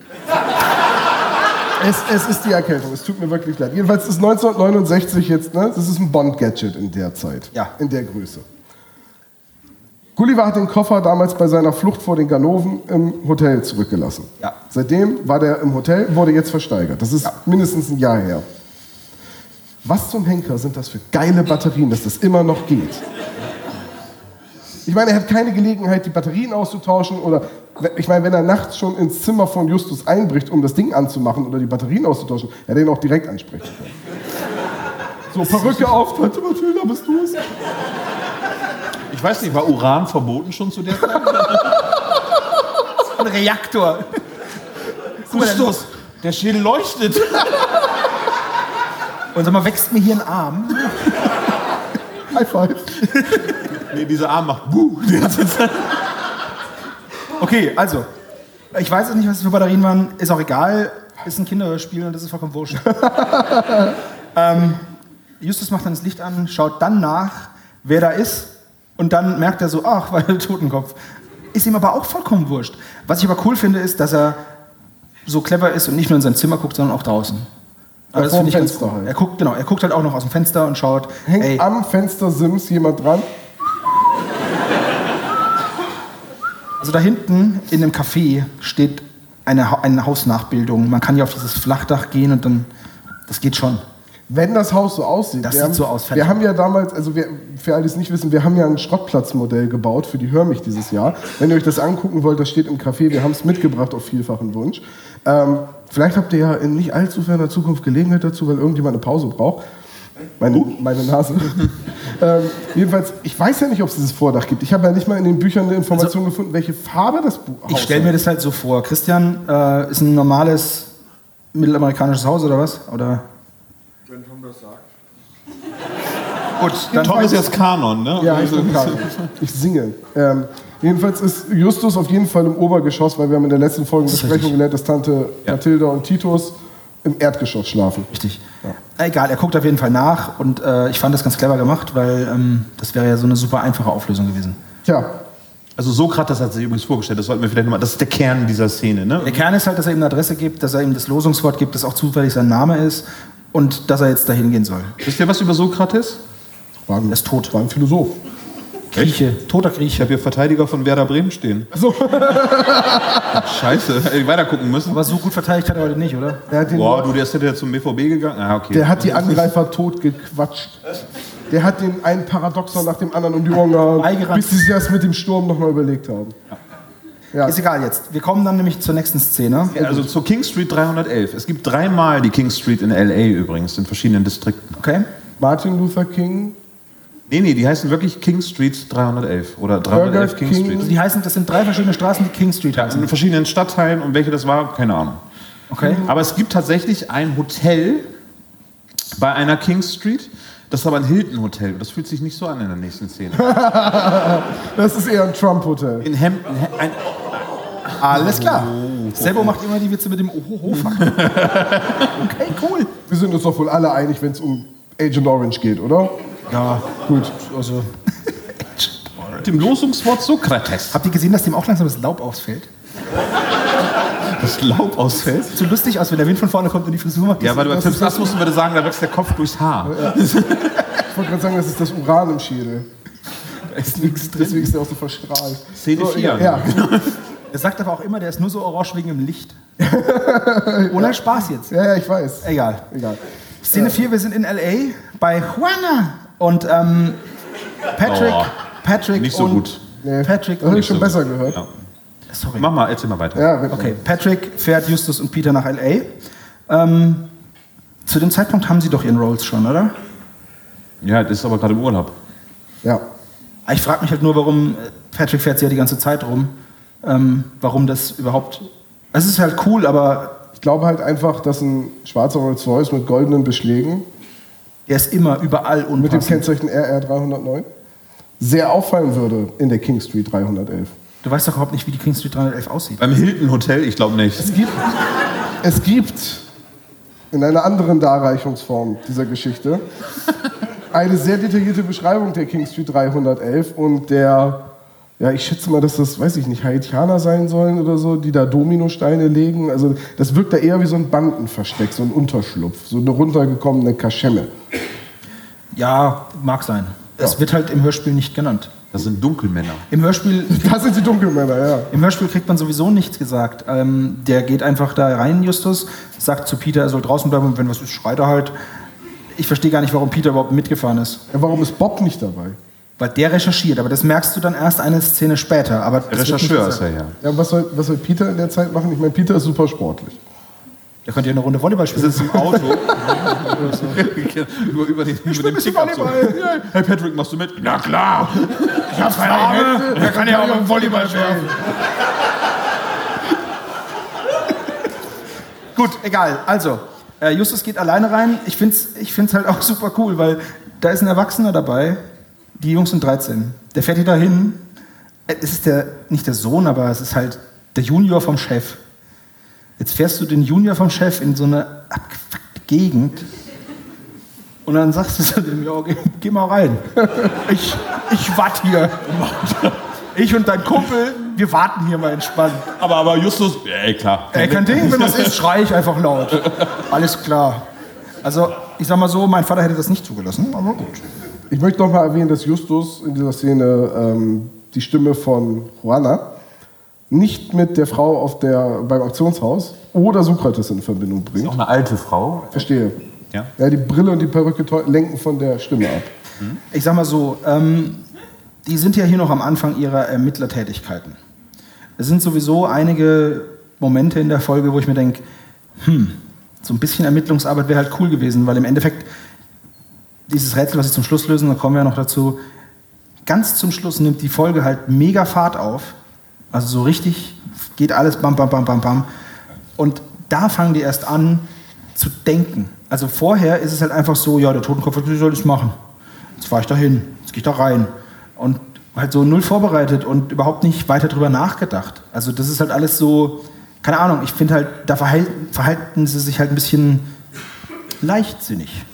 Es ist die Erkältung, es tut mir wirklich leid. Jedenfalls ist 1969 jetzt, ne? Das ist ein Bond-Gadget in der Zeit. Ja. In der Größe. Gulliver hat den Koffer damals bei seiner Flucht vor den Ganoven im Hotel zurückgelassen. Ja. Seitdem war der im Hotel, wurde jetzt versteigert. Das ist mindestens ein Jahr her. Was zum Henker sind das für geile Batterien, dass das immer noch geht? Ich meine, er hat keine Gelegenheit, die Batterien auszutauschen oder, ich meine, wenn er nachts schon ins Zimmer von Justus einbricht, um das Ding anzumachen oder die Batterien auszutauschen, hätte er ihn auch direkt ansprechen können. So, Perücke auf, Tante Mathilda, bist du es? Ich weiß nicht, war Uran verboten schon zu der Zeit? Ein Reaktor. Justus, der Schädel leuchtet. Und sag mal, wächst mir hier ein Arm? High five. Nee, dieser Arm macht Buh. Okay, also, ich weiß jetzt nicht, was das für Batterien waren. Ist auch egal. Ist ein Kinderhörspiel und das ist vollkommen wurscht. Justus macht dann das Licht an, schaut dann nach, wer da ist. Und dann merkt er so, ach, weil Totenkopf. Ist ihm aber auch vollkommen wurscht. Was ich aber cool finde, ist, dass er so clever ist und nicht nur in sein Zimmer guckt, sondern auch draußen. Das finde ich Fenster ganz cool. halt. Er guckt halt auch noch aus dem Fenster und schaut. Hängt am Fenster Sims jemand dran? Also da hinten in dem Café steht eine Hausnachbildung. Man kann ja auf dieses Flachdach gehen und dann, das geht schon. Wenn das Haus so aussieht. Das sieht so aus. Wir haben ja damals, also für alle, die es nicht wissen, wir haben ja ein Schrottplatzmodell gebaut für die Hör mich dieses Jahr. Wenn ihr euch das angucken wollt, das steht im Café. Wir haben es mitgebracht auf vielfachen Wunsch. Vielleicht habt ihr ja in nicht allzu ferner Zukunft Gelegenheit dazu, weil irgendjemand eine Pause braucht. Meine Nase. Jedenfalls, ich weiß ja nicht, ob es dieses Vordach gibt. Ich habe ja nicht mal in den Büchern eine Information gefunden, welche Farbe das Haus hat. Ich stelle mir das halt so vor. Christian, ist ein normales mittelamerikanisches Haus oder was? Oder? Wenn Tom das sagt. Gut, dann Tom ist jetzt Kanon, ne? Ja, ich bin Kanon. Ich singe. Jedenfalls ist Justus auf jeden Fall im Obergeschoss, weil wir haben in der letzten Folgenbesprechung gelernt, dass Tante Mathilda und Titus im Erdgeschoss schlafen. Richtig. Ja. Egal, er guckt auf jeden Fall nach und ich fand das ganz clever gemacht, weil das wäre ja so eine super einfache Auflösung gewesen. Tja. Also Sokrates hat sich übrigens vorgestellt, das sollten wir vielleicht nochmal, das ist der Kern dieser Szene, ne? Der Kern ist halt, dass er ihm eine Adresse gibt, dass er ihm das Losungswort gibt, das auch zufällig sein Name ist und dass er jetzt dahin gehen soll. Wisst ihr was über Sokrates? Er ist tot. War ein Philosoph. Grieche, toter Grieche. Ich habe hier Verteidiger von Werder Bremen stehen. So. Scheiße, hätte ich weiter gucken müssen. Aber so gut verteidigt hat er heute nicht, oder? Boah, der ist ja zum BVB gegangen? Ah, okay. Der hat die Angreifer tot gequatscht. Der hat den einen Paradoxon nach dem anderen um die Ohren gehauen, bis sie sich das mit dem Sturm nochmal überlegt haben. Ja. Ist egal jetzt. Wir kommen dann nämlich zur nächsten Szene. Ja, also zur King Street 311. Es gibt 3-mal die King Street in L.A. übrigens, in verschiedenen Distrikten. Okay. Martin Luther King. Nee, die heißen wirklich King Street 311 oder 311 King Street. Also die heißen, das sind 3 verschiedene Straßen, die King Street heißen. In verschiedenen Stadtteilen und welche das war, keine Ahnung. Okay. Aber es gibt tatsächlich ein Hotel bei einer King Street. Das ist aber ein Hilton-Hotel. Das fühlt sich nicht so an in der nächsten Szene. Das ist eher ein Trump-Hotel. In Hampton. Alles klar. Sebo macht immer die Witze mit dem Oho-Faktor. Okay, cool. Wir sind uns doch wohl alle einig, wenn es um Agent Orange geht, oder? Ja, gut. Also. Mit dem Losungswort Sokrates. Habt ihr gesehen, dass dem auch langsam das Laub ausfällt? Das Laub ausfällt? So lustig aus, wenn der Wind von vorne kommt und die Frisur macht. Ja, weil bei Tim Asmussen würde sagen, da wächst der Kopf durchs Haar. Ja. Ich wollte gerade sagen, das ist das Uran im Schädel. Da ist nichts drin. Deswegen ist der auch so verstrahlt. Szene 4. Ja. Er sagt aber auch immer, der ist nur so orange wegen dem Licht. Ohne Spaß jetzt. Ja, ich weiß. Egal. Szene 4, wir sind in L.A. bei Juana und Patrick nicht so und gut. Nee, Patrick das habe ich schon besser gehört. Ja. Sorry. Mach mal, erzähl mal weiter. Ja, wirklich. Okay, Patrick fährt Justus und Peter nach L.A. Zu dem Zeitpunkt haben sie doch ihren Rolls schon, oder? Ja, das ist aber gerade im Urlaub. Ja. Ich frage mich halt nur, warum Patrick fährt sie ja die ganze Zeit rum. Warum das überhaupt... Es ist halt cool, aber... Ich glaube halt einfach, dass ein schwarzer Rolls-Royce mit goldenen Beschlägen... Der ist immer überall unpassend. Mit dem Kennzeichen RR 309 sehr auffallen würde in der King Street 311. Du weißt doch überhaupt nicht, wie die King Street 311 aussieht. Beim Hilton Hotel, ich glaube nicht. Es gibt in einer anderen Darreichungsform dieser Geschichte eine sehr detaillierte Beschreibung der King Street 311 und der, ja, ich schätze mal, dass das, weiß ich nicht, Haitianer sein sollen oder so, die da Dominosteine legen. Also das wirkt da eher wie so ein Bandenversteck, so ein Unterschlupf, so eine runtergekommene Kaschemme. Ja, mag sein. Es wird halt im Hörspiel nicht genannt. Das sind Dunkelmänner. Im Hörspiel... Das sind die Dunkelmänner, ja. Im Hörspiel kriegt man sowieso nichts gesagt. Der geht einfach da rein, Justus, sagt zu Peter, er soll draußen bleiben und wenn was ist, schreit er halt. Ich verstehe gar nicht, warum Peter überhaupt mitgefahren ist. Ja, warum ist Bob nicht dabei? Weil der recherchiert, aber das merkst du dann erst eine Szene später. Aber der Rechercheur ist er, ja. Ja, was soll Peter in der Zeit machen? Ich meine, Peter ist super sportlich. Da könnt ihr eine Runde Volleyball spielen. Er sitzt im Auto. über den Pickup so. Hey Patrick, machst du mit? Na klar. Ich hab keine Arme. Der kann ja auch im Volleyball spielen. Gut, egal. Also, Justus geht alleine rein. Ich find's halt auch super cool, weil da ist ein Erwachsener dabei. Die Jungs sind 13. Der fährt hier dahin. Es ist nicht der Sohn, aber es ist halt der Junior vom Chef. Jetzt fährst du den Junior vom Chef in so eine abgefuckte Gegend und dann sagst du zu dem, ja, geh mal rein. Ich warte hier. Ich und dein Kumpel, wir warten hier mal entspannt. Aber Justus, klar. Kein Ding, wenn was ist, schrei ich einfach laut. Alles klar. Also, ich sag mal so, mein Vater hätte das nicht zugelassen, aber gut. Ich möchte noch mal erwähnen, dass Justus in dieser Szene die Stimme von Juana nicht mit der Frau beim Auktionshaus oder Sokrates in Verbindung bringt. Ist auch eine alte Frau. Verstehe. Ja. Ja, die Brille und die Perücke lenken von der Stimme ab. Ich sag mal so, die sind ja hier noch am Anfang ihrer Ermittlertätigkeiten. Es sind sowieso einige Momente in der Folge, wo ich mir denke, so ein bisschen Ermittlungsarbeit wäre halt cool gewesen, weil im Endeffekt dieses Rätsel, was sie zum Schluss lösen, da kommen wir ja noch dazu, ganz zum Schluss nimmt die Folge halt mega Fahrt auf. Also so richtig geht alles bam, bam, bam, bam, bam. Und da fangen die erst an zu denken. Also vorher ist es halt einfach so, ja, der Totenkopf, was soll ich machen? Jetzt fahre ich da hin, jetzt gehe ich da rein. Und halt so null vorbereitet und überhaupt nicht weiter drüber nachgedacht. Also das ist halt alles so, keine Ahnung, ich finde halt, da verhalten sie sich halt ein bisschen leichtsinnig.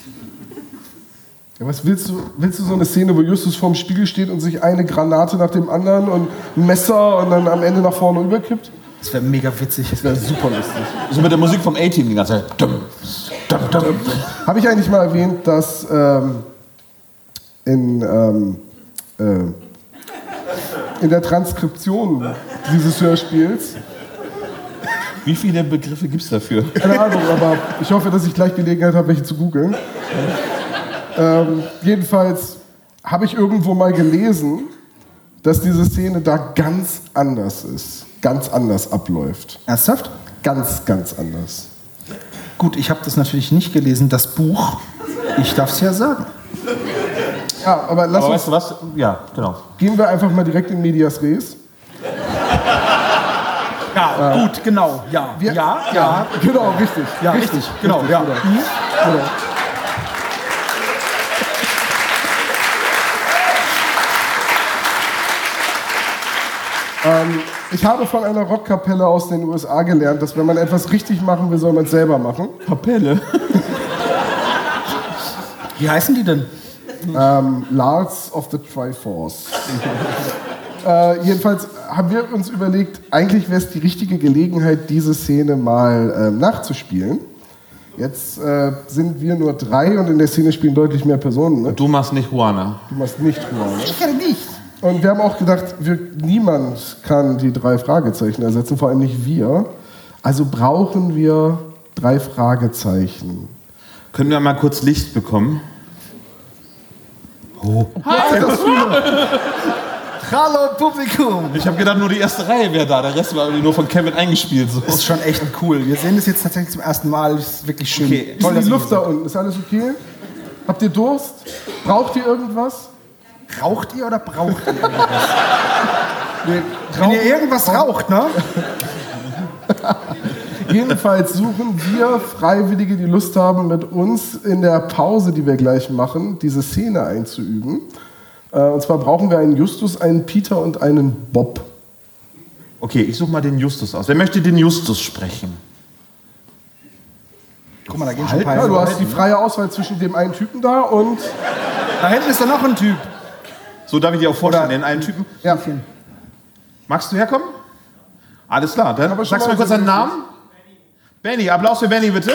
Ja, was willst du so eine Szene, wo Justus vorm Spiegel steht und sich eine Granate nach dem anderen und ein Messer und dann am Ende nach vorne überkippt? Das wäre mega witzig. Das wäre super lustig. So mit der Musik vom A-Team die ganze Zeit. Habe ich eigentlich mal erwähnt, dass in der Transkription dieses Hörspiels... Wie viele Begriffe gibt es dafür? Keine Ahnung, aber ich hoffe, dass ich gleich Gelegenheit habe, welche zu googeln. Jedenfalls habe ich irgendwo mal gelesen, dass diese Szene da ganz anders ist. Ganz anders abläuft. Ernsthaft? Ganz, ganz anders. Gut, ich habe das natürlich nicht gelesen, das Buch. Ich darf es ja sagen. Ja, aber lass uns... Weißt du was? Ja, genau. Gehen wir einfach mal direkt in Medias Res. Ja, gut, genau, ja. Ja, genau, richtig. Ja, richtig, genau, richtig, ja. Genau. Ich habe von einer Rockkapelle aus den USA gelernt, dass wenn man etwas richtig machen will, soll man es selber machen. Kapelle? Wie heißen die denn? Lars of the Triforce. Jedenfalls haben wir uns überlegt, eigentlich wäre es die richtige Gelegenheit, diese Szene mal nachzuspielen. Jetzt sind wir nur 3 und in der Szene spielen deutlich mehr Personen. Ne? Du machst nicht Juana. Du machst nicht Juana. Ich kann nicht. Und wir haben auch gedacht, niemand kann die 3 Fragezeichen ersetzen, vor allem nicht wir. Also brauchen wir 3 Fragezeichen. Können wir mal kurz Licht bekommen? Oh. Hi! Hallo Publikum! Ich habe gedacht, nur die erste Reihe wäre da, der Rest war irgendwie nur von Kevin eingespielt. So. Das ist schon echt cool. Wir sehen das jetzt tatsächlich zum ersten Mal. Das ist wirklich schön. Okay. Toll, ist die Luft da unten? Ist alles okay? Habt ihr Durst? Braucht ihr irgendwas? Raucht ihr oder braucht ihr irgendwas? Nee, wenn ihr irgendwas raucht, ne? Jedenfalls suchen wir Freiwillige, die Lust haben, mit uns in der Pause, die wir gleich machen, diese Szene einzuüben. Und zwar brauchen wir einen Justus, einen Peter und einen Bob. Okay, ich suche mal den Justus aus. Wer möchte den Justus sprechen? Guck mal, da gehen schon ein paar. Ja, du hast die freie Auswahl zwischen dem einen Typen da und... Da hinten ist doch noch ein Typ. So, darf ich dir auch vorstellen, den einen Typen? Ja. Magst du herkommen? Alles klar, dann sagst du mal kurz deinen Namen. Benny, Applaus für Benny, bitte.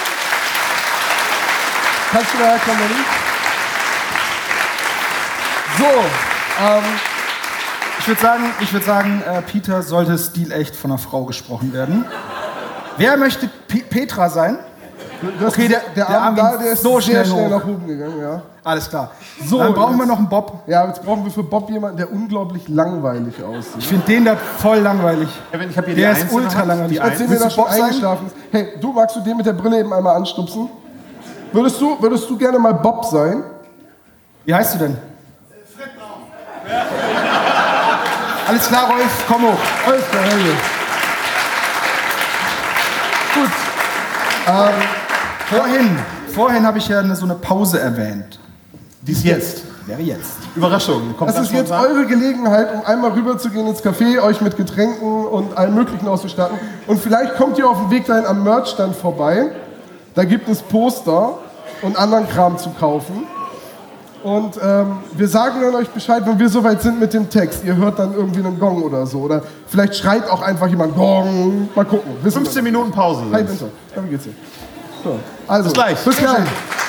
Kannst du da herkommen, Benny? So, ich würde sagen, Peter sollte stilecht von einer Frau gesprochen werden. Wer möchte Petra sein? Okay, der Arm da, der ist so schnell nach oben gegangen, ja. Alles klar. So, dann brauchen wir noch einen Bob. Ja, jetzt brauchen wir für Bob jemanden, der unglaublich langweilig aussieht. Ich finde den da voll langweilig. Ich hab hier der ist ultra langweilig. Erzähl mir, dass schon eingeschlafen ist. Hey, du, magst du den mit der Brille eben einmal anstupsen? Würdest du gerne mal Bob sein? Wie heißt du denn? Alles klar, Rolf, komm hoch. Alles klar, Helge. Gut. Vorhin habe ich ja so eine Pause erwähnt. Die ist jetzt. Wäre jetzt. Überraschung. Das ist jetzt eure Gelegenheit, um einmal rüber zu gehen ins Café, euch mit Getränken und allem Möglichen auszustatten. Und vielleicht kommt ihr auf dem Weg dahin am Merchstand vorbei. Da gibt es Poster und anderen Kram zu kaufen. Und wir sagen dann euch Bescheid, wenn wir soweit sind mit dem Text. Ihr hört dann irgendwie einen Gong oder so. Oder vielleicht schreit auch einfach jemand Gong. Mal gucken. 15 Minuten Pause. Hi Winter. Ja, wie geht's dir? So. Also, bis gleich. Bis gleich.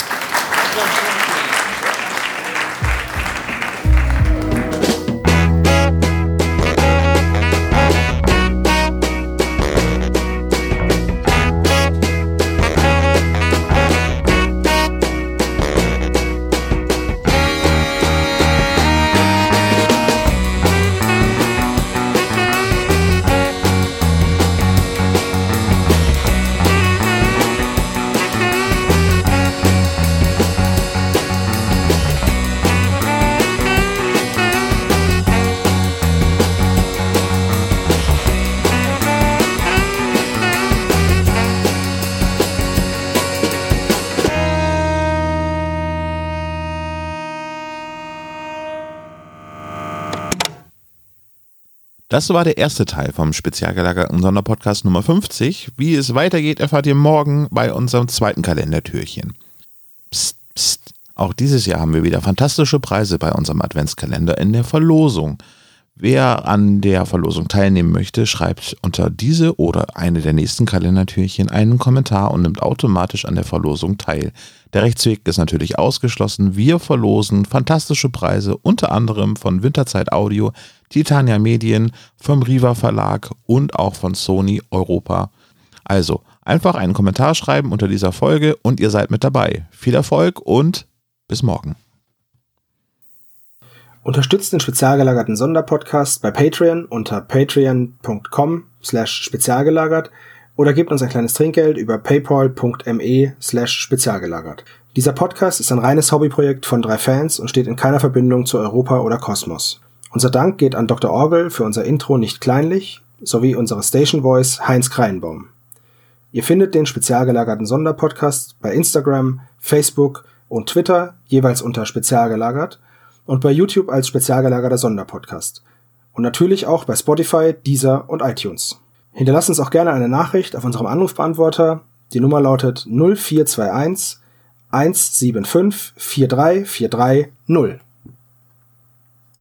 Das war der erste Teil vom spezial gelagerten Sonderpodcast Nummer 50. Wie es weitergeht, erfahrt ihr morgen bei unserem zweiten Kalendertürchen. Psst, psst. Auch dieses Jahr haben wir wieder fantastische Preise bei unserem Adventskalender in der Verlosung. Wer an der Verlosung teilnehmen möchte, schreibt unter diese oder eine der nächsten Kalendertürchen einen Kommentar und nimmt automatisch an der Verlosung teil. Der Rechtsweg ist natürlich ausgeschlossen. Wir verlosen fantastische Preise, unter anderem von Winterzeit Audio, Titania Medien, vom Riva Verlag und auch von Sony Europa. Also einfach einen Kommentar schreiben unter dieser Folge und ihr seid mit dabei. Viel Erfolg und bis morgen. Unterstützt den spezial gelagerten Sonderpodcast bei Patreon unter patreon.com/spezialgelagert oder gebt uns ein kleines Trinkgeld über paypal.me/spezialgelagert. Dieser Podcast ist ein reines Hobbyprojekt von 3 Fans und steht in keiner Verbindung zu Europa oder Kosmos. Unser Dank geht an Dr. Orgel für unser Intro nicht kleinlich, sowie unsere Station Voice Heinz Kreinbaum. Ihr findet den spezial gelagerten Sonderpodcast bei Instagram, Facebook und Twitter jeweils unter spezial gelagert und bei YouTube als spezial gelagerter Sonderpodcast. Und natürlich auch bei Spotify, Deezer und iTunes. Hinterlasst uns auch gerne eine Nachricht auf unserem Anrufbeantworter. Die Nummer lautet 0421 175 4343 0.